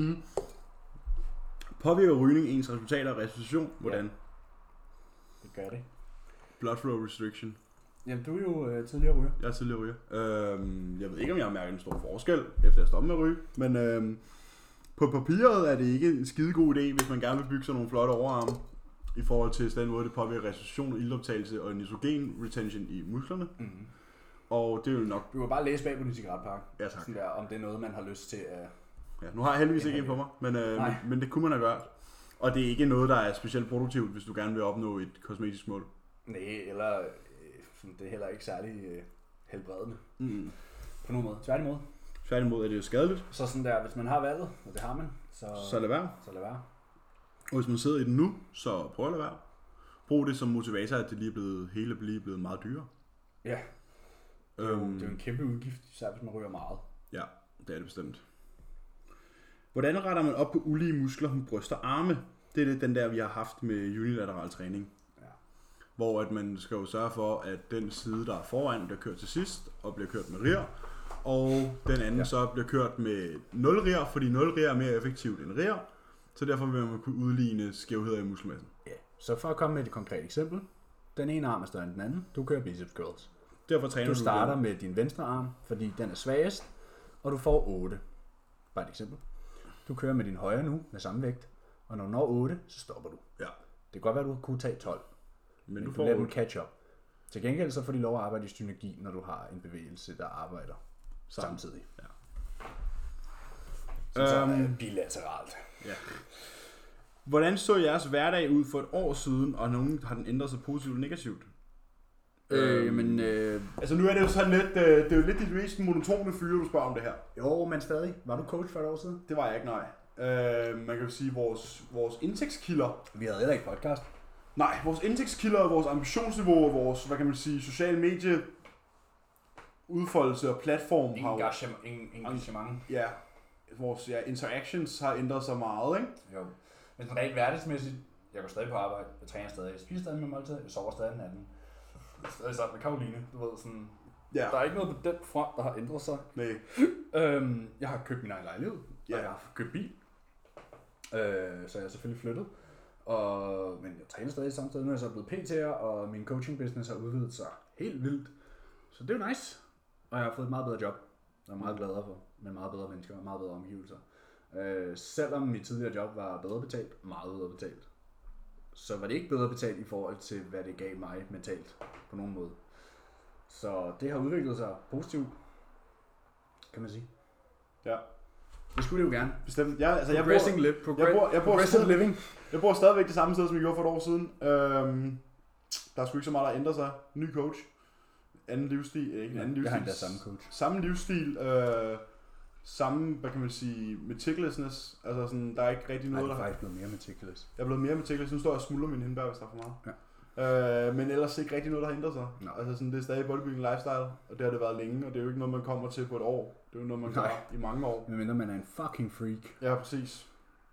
Påvirker rygning ens resultater og restitution? Hvordan? Ja. Det gør det. Blood flow restriction. Jamen, du er jo tidligere ryger. Jeg er tidligere ryger. Jeg ved ikke, om jeg har mærket en stor forskel, efter jeg stoppede med at ryge. Men på papiret er det ikke en skide god idé, hvis man gerne vil bygge sig nogle flotte overarme. I forhold til den måde, det påvirker restitution og ildoptagelse og nitrogen retention i musklerne. Mm-hmm. Og det er jo nok... Du kan bare læse bag på din cigaretpakke. Ja, tak. Sådan der, om det er noget, man har lyst til at... Ja, nu har jeg heldigvis ikke en på mig, men det kunne man have gjort. Og det er ikke noget, der er specielt produktivt, hvis du gerne vil opnå et kosmetisk mål. Nej, eller det er heller ikke særlig helbredende. På nogen måde. Tværtimod er det jo skadeligt. Så sådan der, hvis man har valget, og det har man, så lad være. Så lad være. Og hvis man sidder i den nu, så prøv at lade være. Brug det som motivator, at det lige er blevet meget dyrere. Ja. Det er jo en kæmpe udgift, især hvis man ryger meget. Ja, det er det bestemt. Hvordan retter man op på ulige muskler med bryst og arme? Det er det, den der, vi har haft med unilateral træning. Ja. Hvor at man skal jo sørge for, at den side, der er foran, bliver kørt til sidst, og bliver kørt med rir. Og den anden så bliver kørt med 0 rir, fordi 0 rir er mere effektivt end rir. Så derfor vil man kunne udligne skævheder i muskelmassen. Ja, så for at komme med et konkret eksempel. Den ene arm er større end den anden. Du kører biceps curls. Derfor træner du starter med din venstre arm, fordi den er svagest, og du får 8. Bare et eksempel. Du kører med din højre nu, med samme vægt, og når du når 8, så stopper du. Ja. Det kan godt være, at du kunne tage 12, men du får lader dem catch up. Til gengæld så får de lov at arbejde i synergi, når du har en bevægelse, der arbejder samtidig. Ja. Så er bilateralt. Ja. Hvordan så jeres hverdag ud for et år siden, og nogen har den ændret sig positivt og negativt? Altså nu er det jo sådan lidt, det er jo lidt de mest monotone fyre, du spørger om det her. Jo, men stadig. Var du coach for et år siden? Det var jeg ikke, nej. Man kan jo sige, vores indtægtskilder. Vi havde heller ikke podcast. Nej, vores indtægtskilder, vores ambitionsniveau og vores, hvad kan man sige, sociale medie udfoldelse og platform Engagement. Ja, vores interactions har ændret sig meget, ikke? Jo. Men sådan rent hverdagsmæssigt, jeg går stadig på arbejde, jeg træner stadig, jeg spiser stadig med måltid, jeg sover stadig den anden. Jeg sammen med Karoline, du ved sådan. Ja. Der er ikke noget på den front, der har ændret sig. Nej. Jeg har købt min egen lejlighed, og jeg har købt bil. Så jeg har selvfølgelig flyttet. Men jeg træner stadig samtidig. Nu er jeg så blevet PT'er, og min coaching business har udvidet sig helt vildt. Så det er jo nice. Og jeg har fået et meget bedre job. Jeg er meget gladere for. Med meget bedre mennesker og meget bedre omgivelser. Selvom mit tidligere job var bedre betalt, meget bedre betalt, så var det ikke bedre betalt i forhold til, hvad det gav mig mentalt på nogen måde. Så det har udviklet sig positivt, kan man sige. Ja. Det skulle det jo gerne. Bestemt. Jeg bor stadigvæk det samme sted, som jeg gjorde for et år siden. Der er sgu ikke så meget, der ændrer sig. Ny coach. Anden livsstil. Ikke anden livsstil. Jeg har endda samme coach. Samme livsstil. Samme, hvad kan man sige, meticulousness. Altså sådan, der er ikke rigtig noget, der er faktisk blevet mere meticulous. Jeg er blevet mere meticulous. Nu står jeg og smuldrer min hindbær, hvis der er for meget. Ja. Men ellers ikke rigtig noget, der har ændret sig. No. Altså sådan, det er stadig bodybuilding lifestyle, og det har det været længe, og det er jo ikke noget, man kommer til på et år. Det er jo noget, man gør i mange år. Men mindre man er en fucking freak. Ja, præcis.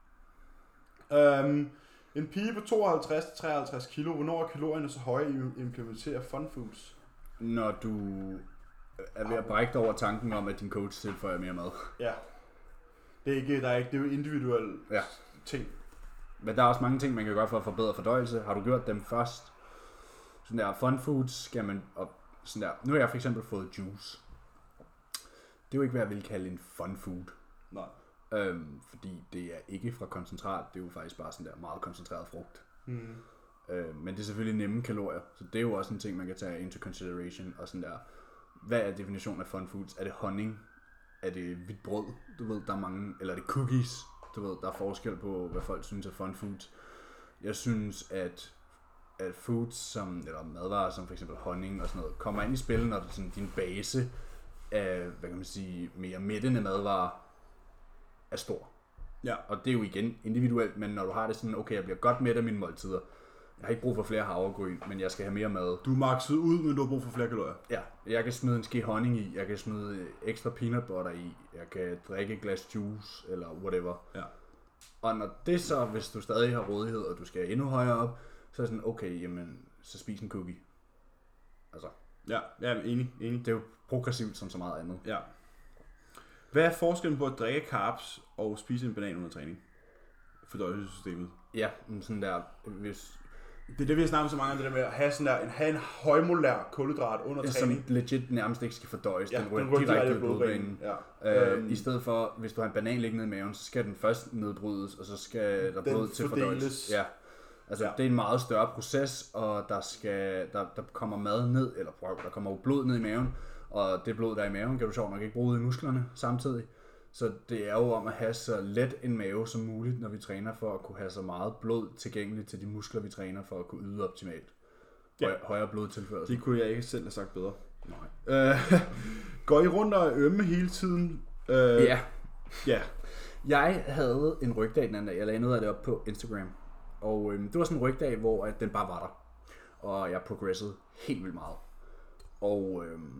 En pige på 52-53 kilo, hvornår er kalorierne så høje, I implementerer fun foods? Når du er ved at brække over tanken om, at din coach tilføjer mere mad. Ja. Det er jo individuelle ting. Men der er også mange ting, man kan gøre for at forbedre fordøjelse. Har du gjort dem først? Sådan der fun foods skal man... sådan der. Nu har jeg for eksempel fået juice. Det er jo ikke, hvad jeg vil kalde en fun food. Nej. Fordi det er ikke fra koncentrat. Det er jo faktisk bare sådan der meget koncentreret frugt. Mm. Men det er selvfølgelig nemme kalorier. Så det er jo også en ting, man kan tage into consideration. Og sådan der. Hvad er definitionen af fun foods? Er det honning? Er det hvidt brød? Du ved, der er mange... Eller er det cookies? Du ved, der er forskel på, hvad folk synes er fun foods. Jeg synes, at foods som, eller madvarer som for eksempel honning og sådan noget, kommer ind i spil, når det er sådan din base af, hvad kan man sige, mere mættende madvarer er stor. Ja. Og det er jo igen individuelt, men når du har det sådan, okay, jeg bliver godt mæt af mine måltider. Jeg har ikke brug for flere havregryn, men jeg skal have mere mad. Du er makset ud, men du har brug for flere kalorier. Ja, jeg kan smide en ske honning i, jeg kan smide ekstra peanut butter i, jeg kan drikke et glas juice, eller whatever. Ja. Og når det så, hvis du stadig har rådighed, og du skal endnu højere op, så er det sådan, okay, jamen, så spis en cookie. Altså. Ja, enig. Det er jo progressivt som så meget andet. Ja. Hvad er forskellen på at drikke carbs og spise en banan under træning? Fordøjelsessystemet. Ja, sådan der, hvis Det er det, vi har snakket om så mange af det der med at have en højmolær kulhydrat under træning. Som legit nærmest ikke skal fordøjes. Ja, den ryger direkte i blodbanen. Ja. I stedet for, hvis du har en banan liggende i maven, så skal den først nedbrydes, og så skal der blod til fordøjes. Ja. Altså, det er en meget større proces, og der kommer mad ned, eller der kommer jo blod ned i maven, og det blod, der er i maven, kan du sjovt nok ikke bruge i musklerne samtidig. Så det er jo om at have så let en mave som muligt, når vi træner, for at kunne have så meget blod tilgængeligt til de muskler, vi træner, for at kunne yde optimalt. Højere blodtilførsel. Det kunne jeg ikke selv have sagt bedre. Nej. Går I rundt og ømme hele tiden? Ja. Ja. Jeg havde en rygdag den anden dag. Jeg lagde noget af det op på Instagram. Og det var sådan en rygdag, hvor den bare var der. Og jeg progressede helt vildt meget. Og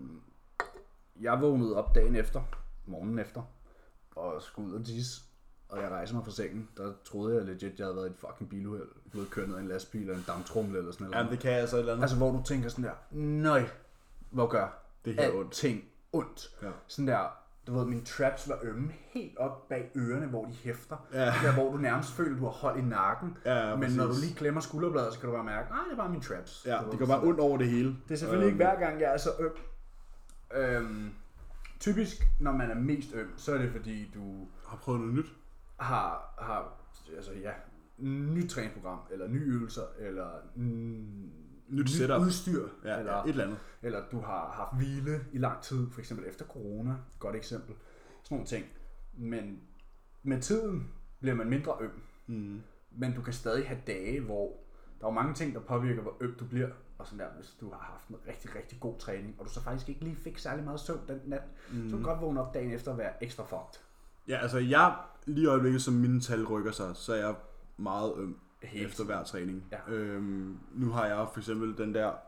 jeg vågnede op morgenen efter, og skulle ud og tisse. Og jeg rejste mig fra sengen, der troede jeg legit, jeg havde været i et fucking biluheld. Blevet kørt ned i en lastbil eller en damptrumle eller sådan noget. Jamen det kan jeg så et eller andet. Altså hvor du tænker sådan der, nøj, hvor gør det her alting ondt. Ja. Sådan der, du ved, mine traps var ømme helt op bag ørerne, hvor de hæfter. Ja. Der hvor du nærmest føler, du har hold i nakken. Ja, men præcis. når du lige klemmer skulderbladet, så kan du bare mærke, nej, det er bare mine traps. Ja, det går bare ondt over det hele. Det er selvfølgelig ikke hver gang, jeg er så øm. Typisk, når man er mest øm, så er det fordi, du har prøvet noget nyt. Har nyt træningsprogram, eller nye øvelser, eller nyt setup, udstyr, ja, eller et eller andet. Eller du har haft hvile i lang tid, for eksempel efter corona, godt eksempel. Sådan nogle ting. Men med tiden bliver man mindre øm. Mm. Men du kan stadig have dage, hvor der er mange ting, der påvirker, hvor øm du bliver. Og sådan der, hvis du har haft en rigtig, rigtig god træning, og du så faktisk ikke lige fik særlig meget søvn den nat, så kan du godt vågne op dagen efter at være ekstra fucked. Ja, altså jeg, lige i øjeblikket, som mine tal rykker sig, så er jeg meget øm efter hver træning. Ja. Nu har jeg for eksempel den der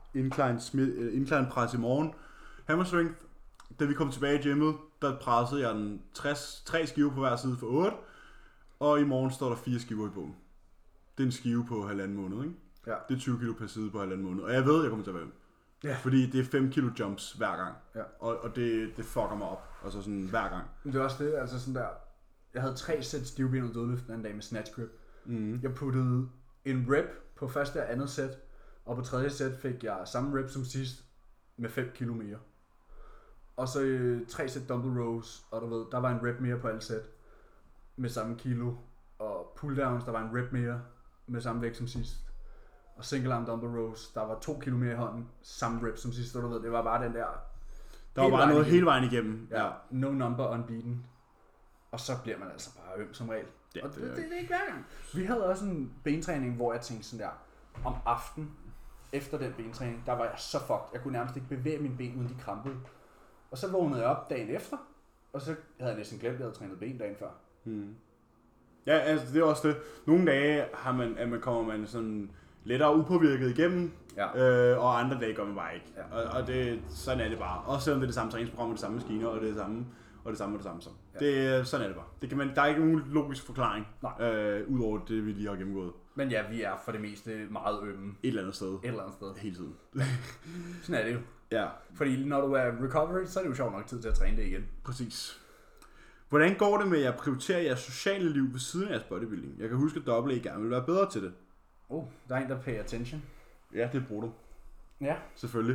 incline press i morgen. Hammer strength, da vi kom tilbage i gymmet, der pressede jeg den 3 skiver på hver side for 8, og i morgen står der 4 skiver i bogen. Det er en skive på 1,5 måned, ikke? Ja. Det er 20 kilo per side på 1,5 måned, og jeg ved, jeg kommer til at være øm. Ja. Fordi det er 5 kilo jumps hver gang, ja. og det fucker mig op, altså sådan hver gang. Men det er også det, altså sådan der, jeg havde 3 sæt stivbenet dødløft den anden dag med snatch grip. Mm. Jeg puttede en rep på første og andet sæt, og på tredje sæt fik jeg samme rep som sidst, med 5 kilo mere. Og så 3 sæt dumbbell rows, og du ved, der var en rep mere på alle sæt, med samme kilo. Og pull downs, der var en rep mere, med samme vægt som sidst. Og single arm dumbbell rows, der var 2 kilo mere i hånden, samme rep som sidst, og du ved, det var bare den der... Der var bare noget hele vejen igennem. Ja, no number unbeaten. Og så bliver man altså bare øm som regel. Ja, og det er ikke hver gang. Vi havde også en bentræning, hvor jeg tænkte sådan der, om aftenen, efter den bentræning, der var jeg så fucked. Jeg kunne nærmest ikke bevæge mine ben, uden de krampede. Og så vågnede jeg op dagen efter, og så havde jeg næsten glemt, at jeg havde trænet ben dagen før. Hmm. Ja, altså det er også det. Nogle dage kommer man sådan lettere upåvirket igennem, ja. Og andre dage gør man bare ikke. Ja. Og sådan er det bare. Også selvom det er det samme træningsprogram og det samme maskiner og det samme. Så. Ja. Sådan er det bare. Der er ikke nogen logisk forklaring, udover det, vi lige har gennemgået. Men ja, vi er for det meste meget ømme. Et eller andet sted. Hele tiden. Sådan er det jo. Ja. Fordi når du er recovered, så er det jo sjovt nok tid til at træne det igen. Præcis. Hvordan går det med at prioritere jeres sociale liv ved siden af jeres bodybuilding? Jeg kan huske, at AA gerne vil være bedre til det. Der er en, der pay attention. Ja, det bruger du. Ja. Selvfølgelig.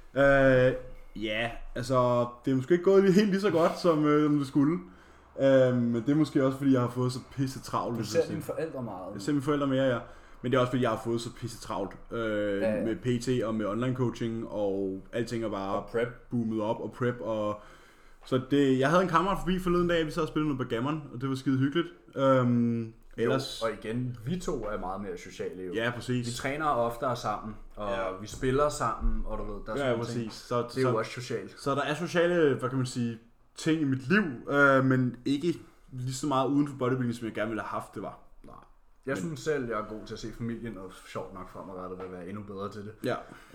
Ja, altså, det er måske ikke gået helt lige så godt, som det skulle. Men det er måske også, fordi jeg har fået så pisse travlt. Du ser dine forældre meget. Jeg ser mine forældre mere, ja. Men det er også, fordi jeg har fået så pisse travlt med PT og med online coaching, og alting er bare og prep. Boomet op, og prep. Og så jeg havde en kammerat forbi forleden dag, vi sad og spillede noget backgammon, og det var skide hyggeligt. Ellers... Jo, og igen, vi to er meget mere sociale jo. Ja, præcis. Vi træner oftere sammen, og vi spiller sammen, og du ved, der er sådan præcis. Så, det er jo også socialt. Så der er sociale, hvad kan man sige, ting i mit liv, men ikke lige så meget uden for bodybuilding, som jeg gerne ville have haft det var. Nej. Jeg synes selv, jeg er god til at se familien, og sjovt nok fremadrettet vil være endnu bedre til det. Ja.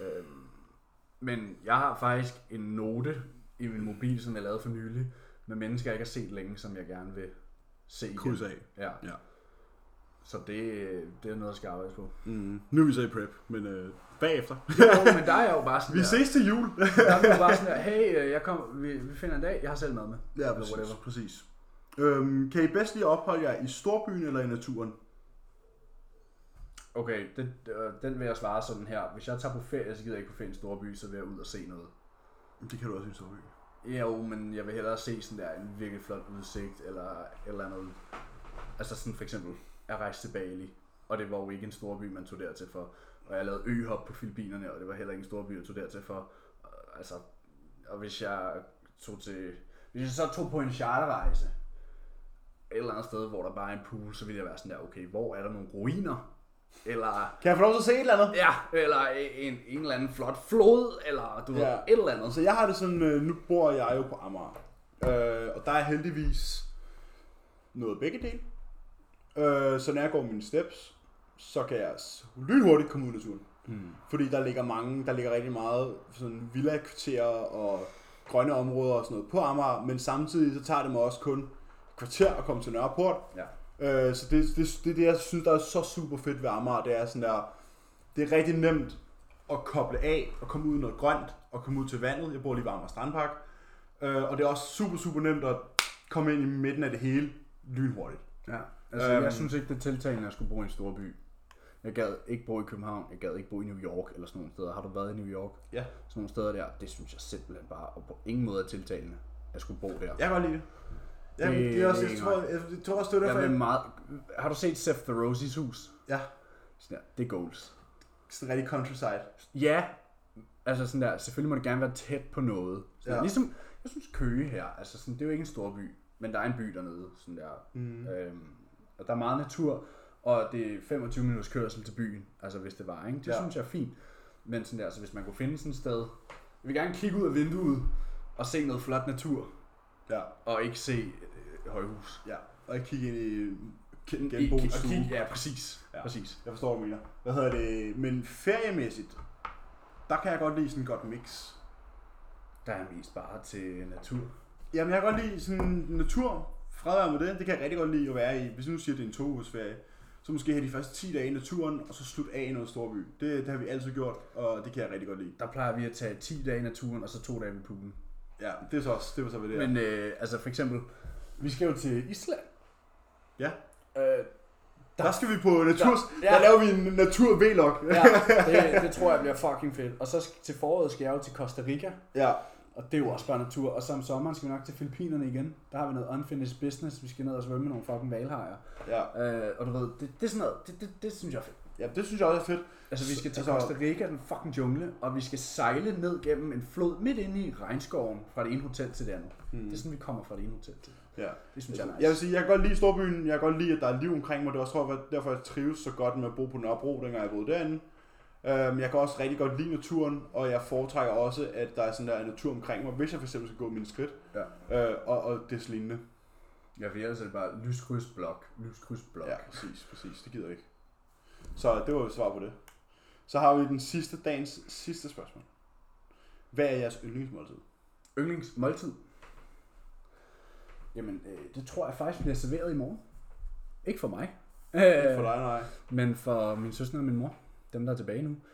Men jeg har faktisk en note i min mobil, som jeg lavede for nylig, med mennesker, jeg ikke har set længe, som jeg gerne vil se igen. Kryds af. Ja. Så det er noget, jeg skal arbejde på. Nu er vi så i prep, men bagefter. Jo, men der er jeg jo bare sådan vi ses til jul. der er jo bare sådan der, hey, vi finder en dag, jeg har selv mad med. Ja, præcis. Kan I bedst lige opholde jer i storbyen eller i naturen? Okay, den vil jeg svare sådan her. Hvis jeg tager på ferie, så gider jeg ikke på ferie i en stor by, så vil jeg ud og se noget. Det kan du også i en stor by. Jo, men jeg vil hellere se sådan der en virkelig flot udsigt, eller et eller andet. Altså sådan for eksempel, jeg rejste til Bali, og det var jo ikke en stor by, man tog dertil for. Og jeg lavede øhop på Filippinerne, og det var heller ikke en stor by, jeg tog dertil for. Altså, og hvis jeg så tog på en charterrejse, et eller andet sted, hvor der bare er en pool, så ville jeg være sådan der, okay, hvor er der nogle ruiner? Eller... Kan jeg få lov til at se et eller andet? Ja, eller en eller anden flot flod, eller du ved, et eller andet. Så jeg har det sådan, nu bor jeg jo på Amager, og der er heldigvis noget begge dele. Så når jeg går mine steps, så kan jeg lynhurtigt komme ud i naturen. Fordi der ligger rigtig meget sådan villa-kvarterer og grønne områder og sådan noget på Amager, men samtidig så tager det mig også kun kvarter at komme til Nørreport. Ja. Så det jeg synes, der er så super fedt ved Amager, det er sådan der, det er rigtig nemt at koble af og komme ud i noget grønt og komme ud til vandet. Jeg bor lige ved Amager Strandpark. Og det er også super, super nemt at komme ind i midten af det hele lynhurtigt. Ja, altså jeg synes ikke, det er tiltalende, at jeg skulle bo i en stor by. Jeg gad ikke bo i København, jeg gad ikke bo i New York eller sådan nogle steder. Har du været i New York? Ja. Sådan nogle steder der, det synes jeg simpelthen bare, og på ingen måde er tiltalende, at jeg skulle bo der. Jeg kan godt lide det. Jamen, det er også, jeg tror også, det er derfor. Meget... Har du set Seth Therosis hus? Ja. Sådan der, det er goals. Sådan rigtig countryside. Ja, altså sådan der, selvfølgelig må det gerne være tæt på noget. Sådan, ligesom, jeg synes Køge her, altså sådan, det er jo ikke en stor by, men der er en by dernede, sådan der. Og der er meget natur, og det er 25 minutters kørsel til byen, altså hvis det var, ikke? Det synes jeg er fint. Men sådan der, så hvis man kunne finde sådan et sted, jeg vil gerne kigge ud af vinduet og se noget flot natur. Ja. Og ikke se højhus. Ja, og ikke kigge ind i genbogsstue. Ja, præcis. Ja. Præcis. Jeg forstår, hvad du mener. Men feriemæssigt, der kan jeg godt lide sådan et godt mix. Der er mest bare til natur. Jamen, jeg kan godt lide sådan natur. Fredvær med det kan jeg rigtig godt lide at være i. Hvis nu siger, at det er en 2 ugers ferie, så måske have de første 10 dage i naturen, og så slutte af i noget storby. Det har vi altid gjort, og det kan jeg rigtig godt lide. Der plejer vi at tage 10 dage i naturen, og så 2 dage ved poolen. Ja, det er så også, det var så ved det. Men altså for eksempel, vi skal jo til Island. Ja. Der skal vi på natur. Der laver vi en natur-vlog. Ja, det tror jeg bliver fucking fedt. Og så til foråret skal jeg jo til Costa Rica. Ja. Og det er jo også bare natur. Og så om sommeren skal vi nok til Filippinerne igen. Der har vi noget unfinished business. Vi skal ned og svømme med nogle fucking hvalhajer. Ja. Og du ved, det er sådan noget, det synes jeg er fedt. Ja, det synes jeg også er fedt. Altså vi skal til Costa Rica, den fucking jungle, og vi skal sejle ned gennem en flod midt inde i regnskoven fra det ene hotel til det andet. Det er sådan, vi kommer fra det ene hotel til. Ja. Det synes jeg er nice. Jeg vil sige, jeg kan godt lide storbyen, jeg kan godt lide, at der er liv omkring mig. Det er også derfor, jeg trives så godt med at bo på Nørrebro, dengang jeg boede derinde. Jeg kan også rigtig godt lide naturen, og jeg foretrækker også, at der er sådan der natur omkring mig, hvis jeg for eksempel skal gå mine skridt. Ja. Og det lignende. Ja, for ellers er det bare lyskrydsblok. Ja, præcis. Det gider jeg ikke. Så det var jo svar på det. Så har vi dagens sidste spørgsmål. Hvad er jeres yndlingsmåltid? Yndlingsmåltid? Jamen, det tror jeg faktisk bliver serveret i morgen. Ikke for mig. Ikke for dig, nej. Men for min søster og min mor. Dem, der er tilbage nu.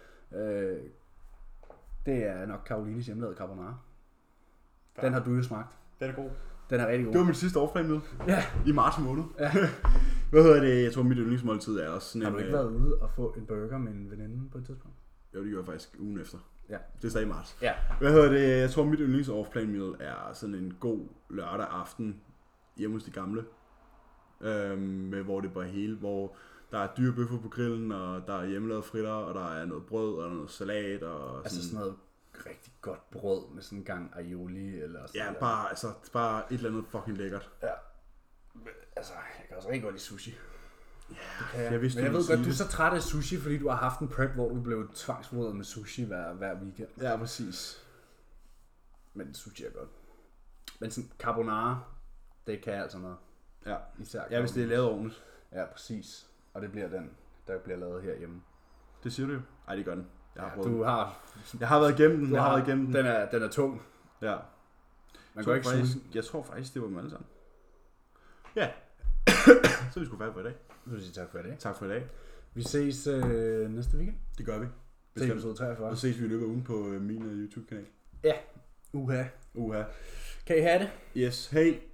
Det er nok Karolines hjemmelavede carbonara. Ja. Den har du jo smagt. Den er god. Den er rigtig god. Det var min sidste overflade ja. I marts måned. Ja. Hvad hedder det? Jeg tror, mit yndlingsmåltid er også sådan en... Har du ikke været ude og få en burger med en veninde på et tidspunkt? Jo, det gjorde jeg faktisk ugen efter. Ja. Det er stadig i marts. Ja. Hvad hedder det? Jeg tror, mit yndlings-off-plan meal er sådan en god lørdag aften hjemme hos de gamle. Med hvor det bare hele, hvor der er dyre bøffer på grillen, og der er hjemmelavet fritter, og der er noget brød og noget salat. Og altså sådan noget rigtig godt brød med sådan en gang aioli eller sådan ja, bare et eller andet fucking lækkert. Ja. Altså, jeg kan også rigtig godt lide sushi. Ja, det kan jeg. Men jeg ved godt, du er så træt af sushi, fordi du har haft en prep, hvor du blev tvangsfodret med sushi hver weekend. Ja, præcis. Men sushi er godt. Men sådan carbonara, det kan jeg altså noget. Ja, især hvis det er lavet ordentligt. Ja, præcis. Og det bliver den, der bliver lavet herhjemme. Det siger du jo. Ej, det gør den. Jeg har været igennem den. Den er tung. Ja. Man går ikke jeg tror faktisk, det var dem alle sammen. Ja. Så vi sgu færdige for i dag. Så vil jeg sige tak for i dag. Tak for i dag. Vi ses næste weekend. Det gør vi. Det er episode 43. Så ses vi i løbet af ugen på min YouTube-kanal. Ja. Uha. Kan I have det? Yes. Hej.